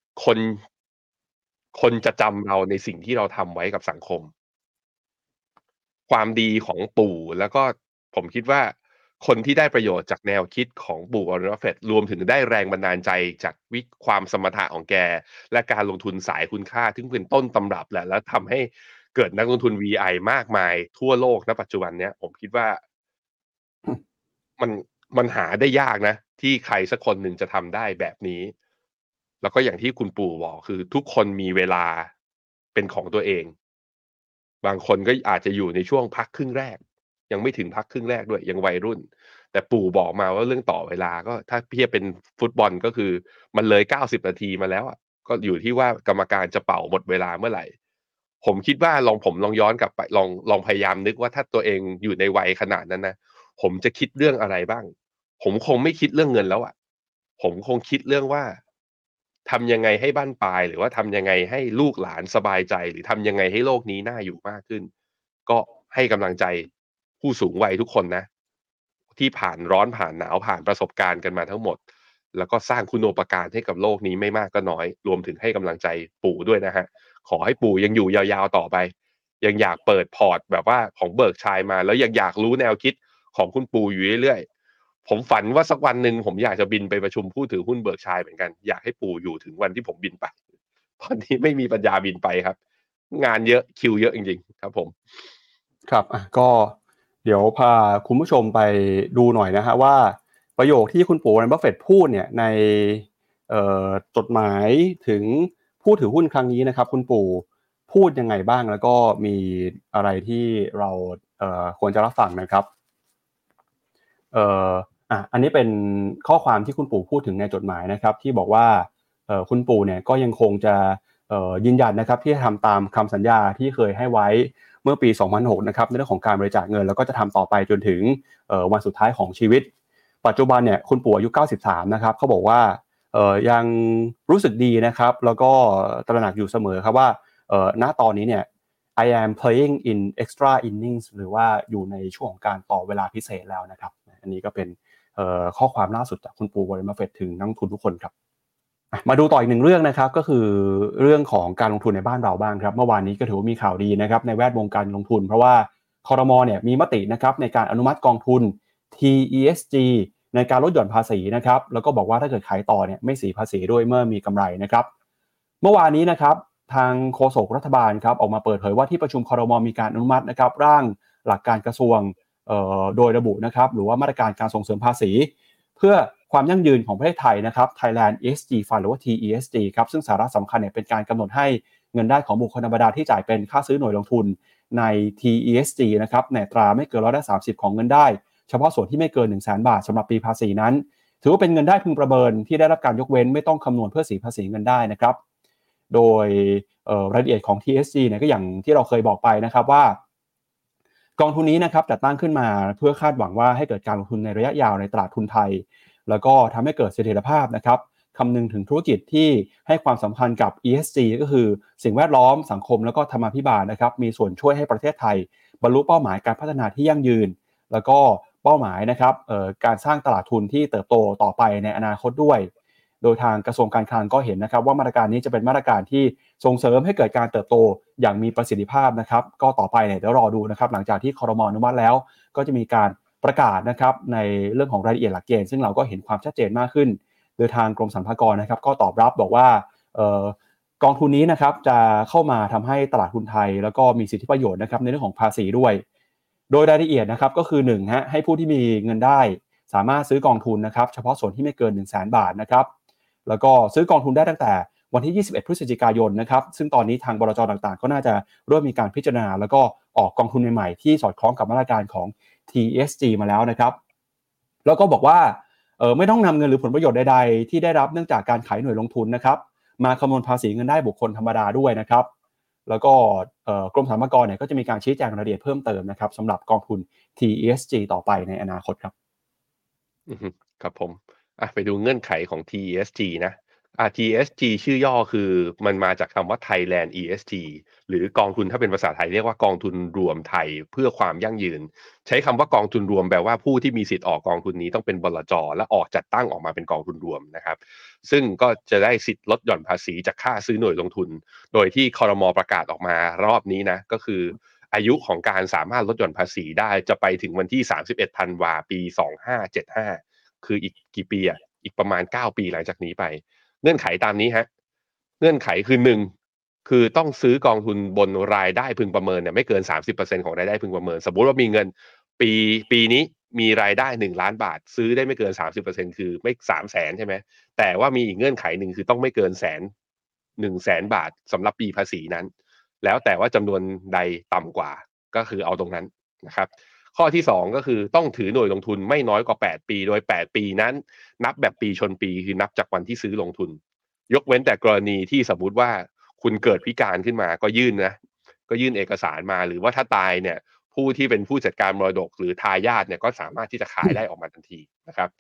Speaker 3: คนจะจำเราในสิ่งที่เราทำไว้กับสังคมความดีของปู่แล้วก็ผมคิดว่าคนที่ได้ประโยชน์จากแนวคิดของปู่วอร์เรน บัฟเฟตต์รวมถึงได้แรงบันดาลใจจากความสมรรถะของแกและการลงทุนสายคุณค่าซึ่งเป็นต้นตำรับแหละแล้วทำให้เกิดนักลงทุน VI มากมายทั่วโลกณปัจจุบันเนี้ยผมคิดว่ามันหาได้ยากนะที่ใครสักคนหนึ่งจะทำได้แบบนี้แล้วก็อย่างที่คุณปู่บอกคือทุกคนมีเวลาเป็นของตัวเองบางคนก็อาจจะอยู่ในช่วงพักครึ่งแรกยังไม่ถึงพักครึ่งแรกด้วยยังวัยรุ่นแต่ปู่บอกมาว่าเรื่องต่อเวลาก็ถ้าเทียบเป็นฟุตบอลก็คือมันเลย90 นาทีมาแล้วอ่ะก็อยู่ที่ว่ากรรมการจะเป่าหมดเวลาเมื่อไหร่ผมคิดว่าผมลองย้อนกลับไปลองพยายามนึกว่าถ้าตัวเองอยู่ในวัยขนาดนั้นนะผมจะคิดเรื่องอะไรบ้างผมคงไม่คิดเรื่องเงินแล้วอ่ะผมคงคิดเรื่องว่าทำยังไงให้บั้นปลายหรือว่าทำยังไงให้ลูกหลานสบายใจหรือทำยังไงให้โลกนี้น่าอยู่มากขึ้นก็ให้กำลังใจผู้สูงวัยทุกคนนะที่ผ่านร้อนผ่านหนาวผ่านประสบการณ์กันมาทั้งหมดแล้วก็สร้างคุณูปการให้กับโลกนี้ไม่มากก็น้อยรวมถึงให้กำลังใจปู่ด้วยนะฮะขอให้ปู่ยังอยู่ยาวๆต่อไปยังอยากเปิดพอร์ตแบบว่าของเบิร์กชัยมาแล้วยังอยากรู้แนวคิดของคุณปู่อยู่เรื่อยๆผมฝันว่าสักวันหนึ่งผมอยากจะบินไปประชุมผู้ถือหุ้นเบิร์กชัยเหมือนกันอยากให้ปู่อยู่ถึงวันที่ผมบินไปตอนนี้ไม่มีปัญญาบินไปครับงานเยอะคิวเยอะจริงๆครับผม
Speaker 2: ครับก็เดี๋ยวพาคุณผู้ชมไปดูหน่อยนะฮะว่าประโยคที่คุณปู่วอร์เรน บัฟเฟตต์พูดเนี่ยในจดหมายถึงผู้ถือหุ้นครั้งนี้นะครับคุณปู่พูดยังไงบ้างแล้วก็มีอะไรที่เราควรจะรับฟังนะครับอันนี้เป็นข้อความที่คุณปู่พูดถึงในจดหมายนะครับที่บอกว่าคุณปู่เนี่ยก็ยังคงจะยืนยันนะครับที่จะทำตามคำสัญญาที่เคยให้ไว้เมื่อปี 2006 นะครับในเรื่องของการบริจาคเงินแล้วก็จะทำต่อไปจนถึงวันสุดท้ายของชีวิตปัจจุบันเนี่ยคุณปู่อายุ 93 นะครับเขาบอกว่ายังรู้สึกดีนะครับแล้วก็ตระหนักอยู่เสมอครับว่าณตอนนี้เนี่ย I am playing in extra innings หรือว่าอยู่ในช่วงของการต่อเวลาพิเศษแล้วนะครับอันนี้ก็เป็นข้อความล่าสุดจากคุณปู่วอร์เรน บัฟเฟตต์ถึงนักลงทุนทุกคนครับมาดูต่ออีกหนึ่งเรื่องนะครับก็คือเรื่องของการลงทุนในบ้านเราบ้างครับเมื่อวานนี้ก็ถือว่ามีข่าวดีนะครับในแวดวงการลงทุนเพราะว่าครม.เนี่ยมีมตินะครับในการอนุมัติกองทุน TESG ในการลดหย่อนภาษีนะครับแล้วก็บอกว่าถ้าเกิดขายต่อเนี่ยไม่เสียภาษีด้วยเมื่อมีกำไรนะครับเมื่อวานนี้นะครับทางโฆษกรัฐบาลครับออกมาเปิดเผยว่าที่ประชุมครม.มีการอนุมัตินะครับร่างหลักการกระทรวงโดยระบุนะครับหรือว่ามาตรการการส่งเสริมภาษีเพื่อความยั่งยืนของประเทศไทยนะครับ Thailand ESG Fund หรือว่า TESG ครับซึ่งสาระสำคัญเนี่ยเป็นการกำหนดให้เงินได้ของบุคคลธรรมดาที่จ่ายเป็นค่าซื้อหน่วยลงทุนใน TESG นะครับในอัตราไม่เกิน30%ของเงินได้เฉพาะส่วนที่ไม่เกิน 100,000 บาทสำหรับปีภาษีนั้นถือว่าเป็นเงินได้พึงประเมินที่ได้รับการยกเว้นไม่ต้องคำนวณเพื่อเสียภาษีเงินได้นะครับโดยรายละเอียดของ TESG เนี่ยก็อย่างที่เราเคยบอกไปนะครับว่ากองทุนนี้นะครับจัดตั้งขึ้นมาเพื่อคาดหวังว่าให้เกิดการลงทุนในระยะยาวในตลาดทุนไทยแล้วก็ทำให้เกิดเสถียรภาพนะครับคำนึงถึงธุรกิจที่ให้ความสำคัญกับ ESG ก็คือสิ่งแวดล้อมสังคมแล้วก็ธรรมาภิบาลนะครับมีส่วนช่วยให้ประเทศไทยบรรลุเป้าหมายการพัฒนาที่ยั่งยืนแล้วก็เป้าหมายนะครับการสร้างตลาดทุนที่เติบโตต่อไปในอนาคตด้วยโดยทางกระทรวงการคลังก็เห็นนะครับว่ามาตรการนี้จะเป็นมาตรการที่ส่งเสริมให้เกิดการเติบโตอย่างมีประสิทธิภาพนะครับก็ต่อไปเนี่ยเดี๋ยวรอดูนะครับหลังจากที่ครม.อนุมัติแล้วก็จะมีการประกาศนะครับในเรื่องของรายละเอียดหลักเกณฑ์ซึ่งเราก็เห็นความชัดเจนมากขึ้นโดยทางกรมสรรพากรนะครับก็ตอบรับบอกว่ากองทุนนี้นะครับจะเข้ามาทำให้ตลาดทุนไทยแล้วก็มีสิทธิประโยชน์นะครับในเรื่องของภาษีด้วยโดยรายละเอียดนะครับก็คือ1ฮะให้ผู้ที่มีเงินได้สามารถซื้อกองทุนนะครับเฉพาะส่วนที่ไม่เกิน 100,000 บาทนะครับแล้วก็ซื้อกองทุนได้ตั้งแต่วันที่21พฤศจิกายนนะครับซึ่งตอนนี้ทางบลจ.ต่างๆก็น่าจะเริ่มมีการพิจารณาแล้วก็ออกกองทุนใหม่ๆที่สอดคล้องกับมาตรการของ TESG มาแล้วนะครับแล้วก็บอกว่าไม่ต้องนำเงินหรือผลประโยชน์ใดๆที่ได้รับเนื่องจากการขายหน่วยลงทุนนะครับมาคำนวณภาษีเงินได้บุคคลธรรมดาด้วยนะครับแล้วก็กรมสรรพากรเนี่ยก็จะมีการชี้แจงรายละเอียดเพิ่มเติมนะครับสำหรับกองทุน TESG ต่อไปในอนาคตครับ
Speaker 3: ครับผมไปดูเงื่อนไขของ TESG นะTESG ชื่อย่อคือมันมาจากคำว่า Thailand ESG หรือกองทุนถ้าเป็นภาษาไทยเรียกว่ากองทุนรวมไทยเพื่อความยั่งยืนใช้คำว่ากองทุนรวมแปลว่าผู้ที่มีสิทธิ์ออกกองทุนนี้ต้องเป็นบลจ.และออกจัดตั้งออกมาเป็นกองทุนรวมนะครับซึ่งก็จะได้สิทธิ์ลดหย่อนภาษีจากค่าซื้อหน่วยลงทุนโดยที่ครม.ประกาศออกมารอบนี้นะก็คืออายุของการสามารถลดหย่อนภาษีได้จะไปถึงวันที่31ธันวาคมปี2575คืออีกกี่ปีอีกประมาณ9ปีหลังจากนี้ไปเงื่อนไขตามนี้ฮะเงื่อนไขคือ1คือต้องซื้อกองทุนบนรายได้พึงประเมินเนี่ยไม่เกิน 30% ของรายได้พึงประเมินสมมุติว่ามีเงินปีนี้มีรายได้1ล้านบาทซื้อได้ไม่เกิน 30% คือไม่ 300,000 ใช่ไหมแต่ว่ามีอีกเงื่อนไขหนึ่งคือต้องไม่เกิน100,000 บาทสำหรับปีภาษีนั้นแล้วแต่ว่าจำนวนใดต่ำกว่าก็คือเอาตรงนั้นนะครับข้อที่2ก็คือต้องถือหน่วยลงทุนไม่น้อยกว่า8ปีโดย8ปีนั้นนับแบบปีชนปีคือนับจากวันที่ซื้อลงทุนยกเว้นแต่กรณีที่สมมุติว่าคุณเกิดพิการขึ้นมาก็ยื่นเอกสารมาหรือว่าถ้าตายเนี่ยผู้ที่เป็นผู้จัดการมรดกหรือทายาทเนี่ยก็สามารถที่จะขายได้ออกมาทันทีนะครับ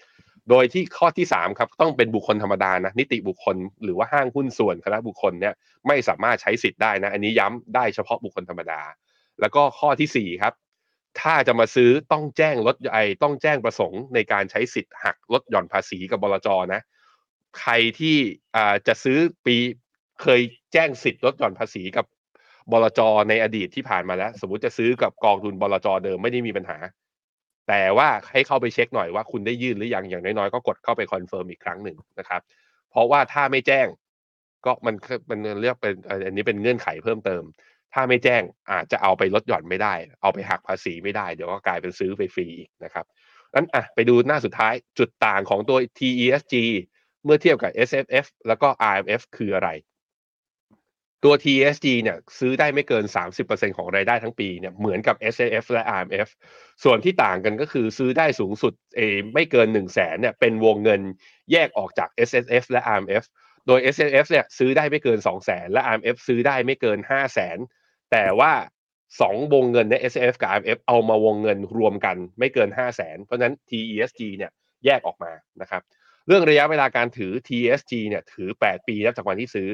Speaker 3: โดยที่ข้อที่3ครับต้องเป็นบุคคลธรรมดานะนิติบุคคลหรือว่าห้างหุ้นส่วนคณะบุคคลเนี่ยไม่สามารถใช้สิทธิ์ได้นะอันนี้ย้ำได้เฉพาะบุคคลธรรมดาแล้วก็ข้อที่4ครับถ้าจะมาซื้อต้องแจ้งต้องแจ้งประสงค์ในการใช้สิทธิ์หักลดหย่อนภาษีกับบลจ.นะใครที่จะซื้อเคยแจ้งสิทธิ์ลดหย่อนภาษีกับบลจ.ในอดีตที่ผ่านมาแล้วสมมุติจะซื้อกับกองทุนบลจ.เดิมไม่ได้มีปัญหาแต่ว่าให้เข้าไปเช็คหน่อยว่าคุณได้ยื่นหรือยังอย่างน้อยๆก็กดเข้าไปคอนเฟิร์มอีกครั้งหนึ่งนะครับเพราะว่าถ้าไม่แจ้งก็มันเรียกเป็นอันนี้เป็นเงื่อนไขเพิ่มเติมถ้าไม่แจ้งอาจจะเอาไปลดหย่อนไม่ได้เอาไปหักภาษีไม่ได้เดี๋ยวก็กลายเป็นซื้อไปฟรีอีกนะครับนั้นไปดูหน้าสุดท้ายจุดต่างของตัว TESG เมื่อเทียบกับ SFF แล้วก็ RMF คืออะไรตัว TESG เนี่ยซื้อได้ไม่เกิน 30% ของรายได้ทั้งปีเนี่ยเหมือนกับ SFF และ RMF ส่วนที่ต่างกันก็คือซื้อได้สูงสุดไม่เกิน 100,000 เนี่ยเป็นวงเงินแยกออกจาก SFF และ RMF โดย SFF เนี่ยซื้อได้ไม่เกิน 200,000 และ RMF ซื้อได้ไม่เกิน 500,000 แต่ว่า2วงเงินใน SFF กับ RMF เอามาวงเงินรวมกันไม่เกิน 500,000 เพราะฉะนั้น TESG เนี่ยแยกออกมานะครับเรื่องระยะเวลาการถือ TESG เนี่ยถือ8 ปีนับจากวันที่ซื้อ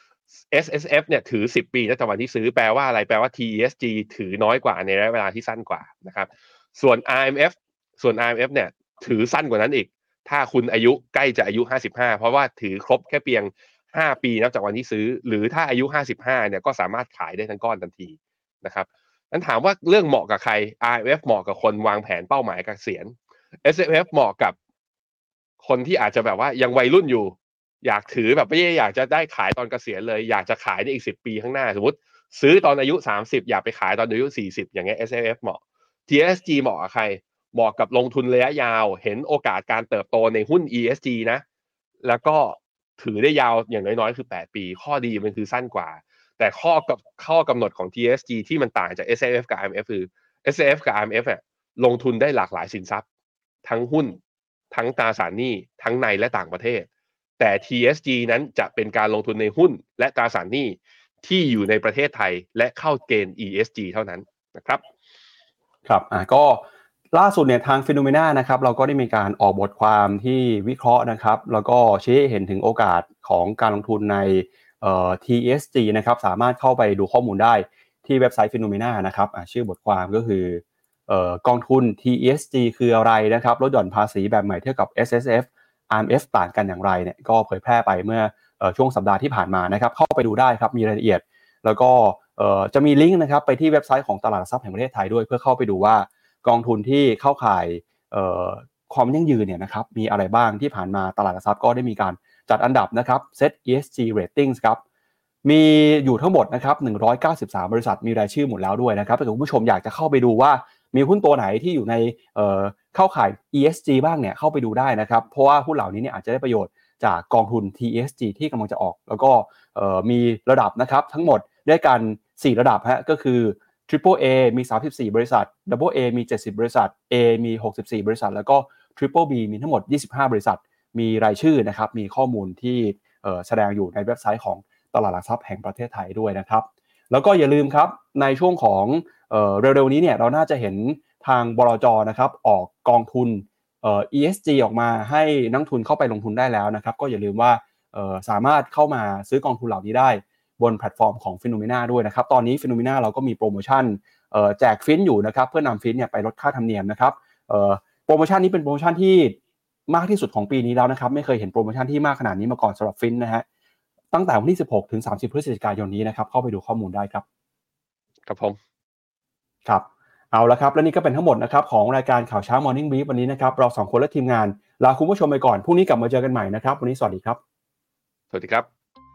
Speaker 3: SSF เนี่ยถือ10 ปีนับจากวันที่ซื้อแปลว่าอะไรแปลว่า TESG ถือน้อยกว่าในระยะเวลาที่สั้นกว่านะครับส่วน RMF เนี่ยถือสั้นกว่านั้นอีกถ้าคุณอายุใกล้จะอายุ55เพราะว่าถือครบแค่เพียง5 ปีนับจากวันที่ซื้อหรือถ้าอายุ55เนี่ยก็สามารถขายได้ทั้งก้อนทันทีนะครับนั้นถามว่าเรื่องเหมาะกับใคร RMF เหมาะกับคนวางแผนเป้าหมายเกษียณ SFF เหมาะกับคนที่อาจจะแบบว่ายังวัยรุ่นอยู่อยากถือแบบไม่อยากจะได้ขายตอนเกษียณเลยอยากจะขายในอีก10 ปีข้างหน้าสมมติซื้อตอนอายุ30อยากไปขายตอนอายุ40อย่างเงี้ย SFF เหมาะ TSG เหมาะกับใครเหมาะกับลงทุนระยะยาวเห็นโอกาสการเติบโตในหุ้น ESG นะแล้วก็ถือได้ยาวอย่างน้อยๆคือ8 ปีข้อดีมันคือสั้นกว่าแต่ข้อกำหนดของ TSG ที่มันต่างจาก SFF กับ RMF คือ SFF กับ RMF เนี่ยลงทุนได้หลากหลายสินทรัพย์ทั้งหุ้นทั้งตราสารหนี้ทั้งในและต่างประเทศแต่ TSG นั้นจะเป็นการลงทุนในหุ้นและตราสารหนี้ที่อยู่ในประเทศไทยและเข้าเกณฑ์ ESG เท่านั้นนะครับ
Speaker 2: ครับก็ล่าสุดเนี่ยทาง Phenomena นะครับเราก็ได้มีการออกบทความที่วิเคราะห์นะครับแล้วก็ชี้ให้เห็นถึงโอกาสของการลงทุนในTSG นะครับสามารถเข้าไปดูข้อมูลได้ที่เว็บไซต์ Phenomena นะครับชื่อบทความก็คือกองทุน TSG คืออะไรนะครับลดหย่อนภาษีแบบใหม่เทียบกับ SSF RMF ต่างกันอย่างไรเนี่ยก็เผยแพร่ไปเมื่อช่วงสัปดาห์ที่ผ่านมานะครับเข้าไปดูได้ครับมีรายละเอียดแล้วก็จะมีลิงก์นะครับไปที่เว็บไซต์ของตลาดหลักทรัพย์แห่งประเทศไทยด้วยเพื่อเข้าไปดูว่ากองทุนที่เข้าข่ายความยั่งยืนเนี่ยนะครับมีอะไรบ้างที่ผ่านมาตลาดหลักทรัพย์ก็ได้มีการจัดอันดับนะครับ Set ESG Ratings ครับมีอยู่ทั้งหมดนะครับ193บริษัทมีรายชื่อหมดแล้วด้วยนะครับถ้าคุณผู้ชมอยากจะเข้าไปดูว่ามีหุ้นตัวไหนที่อยู่ในเข้าข่าย ESG บ้างเนี่ยเข้าไปดูได้นะครับเพราะว่าหุ้นเหล่านี้เนี่ยอาจจะได้ประโยชน์จากกองทุน TSG ที่กำลังจะออกแล้วก็มีระดับนะครับทั้งหมดด้วยกัน4ระดับฮะก็คือ Triple A มี34บริษัท Double A มี70บริษัท A มี64บริษัทแล้วก็ Triple B มีทั้งหมด25บริษัทมีรายชื่อนะครับมีข้อมูลที่แสดงอยู่ในเว็บไซต์ของตลาดหลักทรัพย์แห่งประเทศไทยด้วยนะครับแล้วก็อย่าลืมครับในช่วงของเร็วๆนี้เนี่ยเราน่าจะเห็นทางบลจ.นะครับออกกองทุนESG ออกมาให้นักทุนเข้าไปลงทุนได้แล้วนะครับก็อย่าลืมว่าสามารถเข้ามาซื้อกองทุนเหล่านี้ได้บนแพลตฟอร์มของ Phenomena ด้วยนะครับตอนนี้ Phenomena เราก็มีโปรโมชั่นแจกฟินอยู่นะครับเพื่อนำฟินเนี่ยไปลดค่าธรรมเนียมนะครับโปรโมชั่นนี้เป็นโปรโมชั่นที่มากที่สุดของปีนี้แล้วนะครับไม่เคยเห็นโปรโมชั่นที่มากขนาดนี้มาก่อนสำหรับฟินนะฮะตั้งแต่วันที่16ถึง30พฤศจิกายนนี้นะครับเข้าไปดูข้อมูลได้ครับ
Speaker 3: ครับผม
Speaker 2: ครับเอาละครับและนี่ก็เป็นทั้งหมดนะครับของรายการข่าวเช้า Morning Brief วันนี้นะครับเรา2คนและทีมงานลาคุณผู้ชมไปก่อนพรุ่งนี้กลับมาเจอกันใหม่นะครับวันนี้สวัสดีครับ
Speaker 3: สวัสดีครับ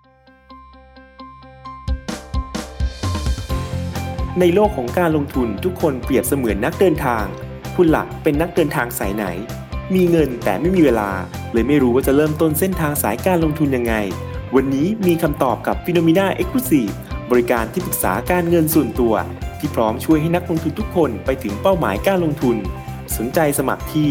Speaker 4: ในโลกของการลงทุนทุกคนเปรียบเสมือนนักเดินทางคุณหลักเป็นนักเดินทางสายไหนมีเงินแต่ไม่มีเวลาเลยไม่รู้ว่าจะเริ่มต้นเส้นทางสายการลงทุนยังไงวันนี้มีคำตอบกับ Phenomena Exclusive บริการที่ปรึกษาการเงินส่วนตัวที่พร้อมช่วยให้นักลงทุนทุกคนไปถึงเป้าหมายการลงทุนสนใจสมัครที่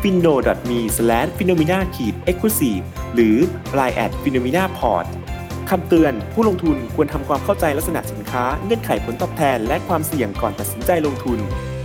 Speaker 4: fino.me/phenomena-exclusive หรือ line@phenomenaport คำเตือนผู้ลงทุนควรทำความเข้าใจลักษณะสินค้าเงื่อนไขผลตอบแทนและความเสี่ยงก่อนตัดสินใจลงทุน